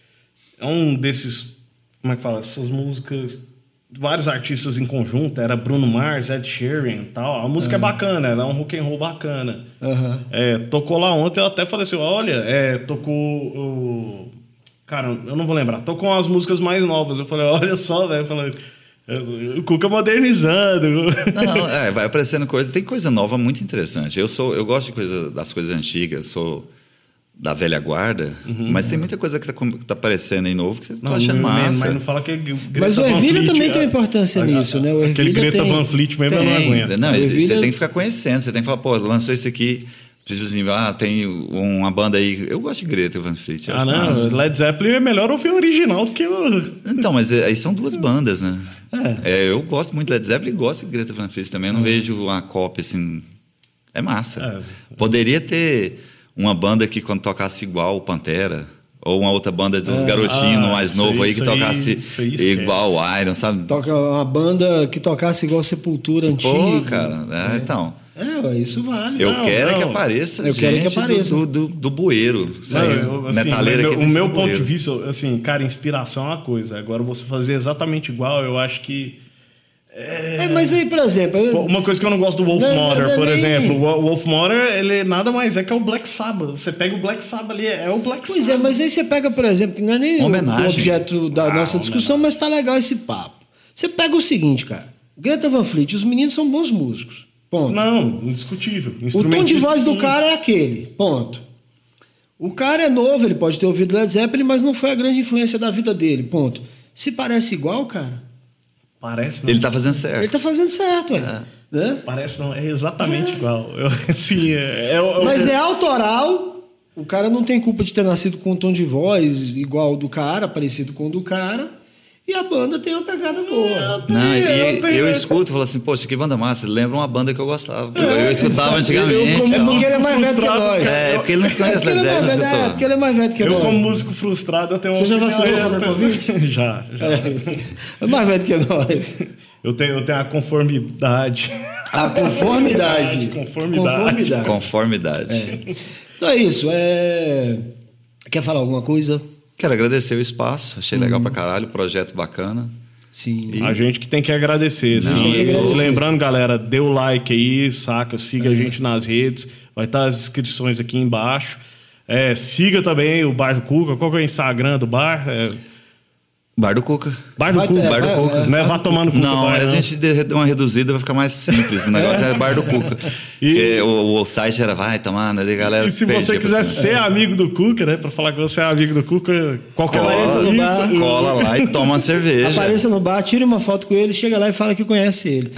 desses, como é que fala? Essas músicas... Vários artistas em conjunto, era Bruno Mars, Ed Sheeran e tal. A música é bacana, era um rock and roll bacana. Tocou lá ontem, eu até falei assim, olha, tocou... Cara, eu não vou lembrar. Tocou umas músicas mais novas. Eu falei, olha só, velho. O Cuca modernizando. Não, vai aparecendo coisa. Tem coisa nova muito interessante. Eu gosto das coisas antigas, sou da velha guarda, mas tem muita coisa que tá aparecendo aí novo que você tá achando massa. Mas não fala que Greta Mas o Van Ervilha Fleet, também tem importância nisso, né? O Aquele Ervilha Greta Van Fleet mesmo eu não aguento. Não, Ervilha... você tem que ficar conhecendo, você tem que falar, pô, lançou isso aqui, tipo assim, tem uma banda aí. Eu gosto de Greta Van Fleet. Não, Led Zeppelin é melhor ouvir o original do que o... Então, mas aí são duas bandas, né? Eu gosto muito de Led Zeppelin e gosto de Greta Van Fleet também. Eu não vejo uma cópia assim. É massa. Poderia ter uma banda que quando tocasse igual o Pantera, ou uma outra banda dos garotinhos mais novo aí que tocasse igual o Iron, sabe? Toca uma banda que tocasse igual Sepultura antiga. Pô, cara, então. Isso vale. Eu quero que apareça. Eu quero que apareça do bueiro. Metaleira o meu ponto de vista, assim, cara, inspiração é uma coisa. Agora você fazer exatamente igual, eu acho que mas aí, por exemplo... Uma coisa que eu não gosto do Wolf Mother, por exemplo. O Wolf Mother, ele nada mais é que é o Black Sabbath. Você pega o Black Sabbath ali, é o Black Sabbath. Pois mas aí você pega, por exemplo, que não é nem o objeto da nossa discussão, mas tá legal esse papo. Você pega o seguinte, cara. Greta Van Fleet, os meninos são bons músicos. Ponto. Não, indiscutível. O tom de voz do cara é aquele. Ponto. O cara é novo, ele pode ter ouvido Led Zeppelin, mas não foi a grande influência da vida dele. Ponto. Se parece igual, cara... Parece não. Ele tá fazendo certo. Ele tá fazendo certo, né? Parece não, é exatamente igual. Assim, mas é autoral. O cara não tem culpa de ter nascido com um tom de voz igual ao do cara, parecido com o do cara. E a banda tem uma pegada boa. Eu escuto e falo assim, poxa, que banda massa. Lembra uma banda que eu gostava. Eu escutava antigamente. Porque ele é mais velho que nós. Porque ele não se conhece Led Zeppelin. Porque ele é mais velho que nós. Eu, como músico frustrado, eu tenho uma... Você já vacinou contra a Covid? Já. É mais velho que nós. Eu tenho a conformidade. A conformidade. Conformidade. Então é isso. Quer falar alguma coisa? Quero agradecer o espaço, achei legal pra caralho, projeto bacana. Sim. A gente que tem que agradecer. Lembrando, galera, dê o like aí, saca? Siga a gente nas redes, vai estar as descrições aqui embaixo. Siga também o Bar do Cuca. Qual que é o Instagram do bar? Bar do Cuca. Bar do Cuca. Não é vá tomar no Cuca. Não, a gente deu uma reduzida, vai ficar mais simples. O negócio é Bar do Cuca. Porque o site era vai tomar, né? Galera, e se você quiser ser amigo do Cuca, né? Pra falar que você é amigo do Cuca, qualquer cola lá e toma uma cerveja. Apareça no bar, tire uma foto com ele, chega lá e fala que conhece ele.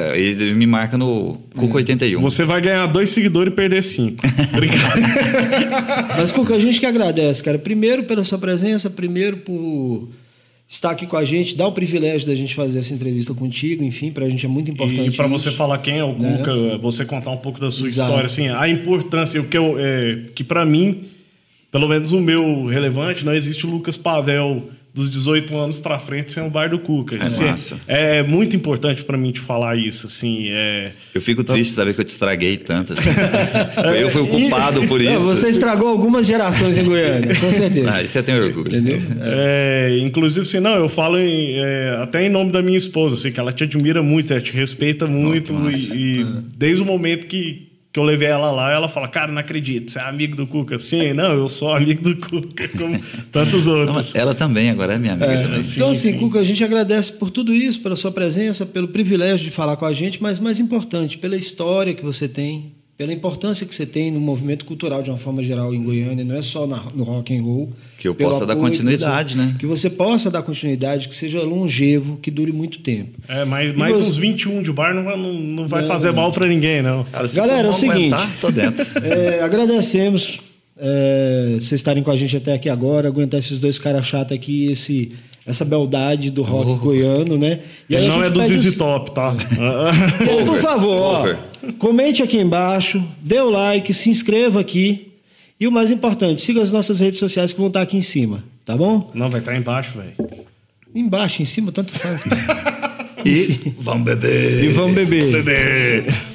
E me marca no Cuca 81. Você vai ganhar 2 seguidores e perder 5. Obrigado. Mas, Cuca, a gente que agradece, cara. Primeiro pela sua presença, primeiro por... estar aqui com a gente, dá o privilégio da gente fazer essa entrevista contigo, enfim, pra gente é muito importante. E para você falar quem é o Cuca, você contar um pouco da sua história, assim, a importância, o que para mim, pelo menos o meu relevante, não existe o Lucas Pavel dos 18 anos para frente sem o Bar do Cuca. Assim, massa. É muito importante para mim te falar isso, assim. Eu fico triste de saber que eu te estraguei tanto, assim. Eu fui o culpado por isso. Não, você estragou algumas gerações em Goiânia, com certeza. Isso eu tenho orgulho. Entendeu? Inclusive, assim, eu falo até em nome da minha esposa, assim, que ela te admira muito, ela te respeita muito. Desde o momento que eu levei ela lá, ela fala, cara, não acredito, você é amigo do Cuca. Sim, não, eu sou amigo do Cuca, como tantos outros. Não, ela também, agora é minha amiga também. Então, assim, Cuca, a gente agradece por tudo isso, pela sua presença, pelo privilégio de falar com a gente, mas mais importante, pela história que você tem, pela importância que você tem no movimento cultural de uma forma geral em Goiânia, não é só no rock and roll. Que eu possa dar continuidade, né? Que você possa dar continuidade, que seja longevo, que dure muito tempo. Mais uns 21 de bar não vai fazer mal pra ninguém, não. Cara, galera, é o seguinte, tô dentro. Agradecemos vocês estarem com a gente até aqui agora, aguentar esses dois caras chatos aqui, essa beldade do rock goiano, né? E ele não é do ZZ Top, tá? Por favor, comente aqui embaixo, dê o like, se inscreva aqui. E o mais importante, siga as nossas redes sociais que vão estar aqui em cima, tá bom? Não, vai estar embaixo, velho. Embaixo, em cima, tanto faz. E vamos beber. E vamos beber.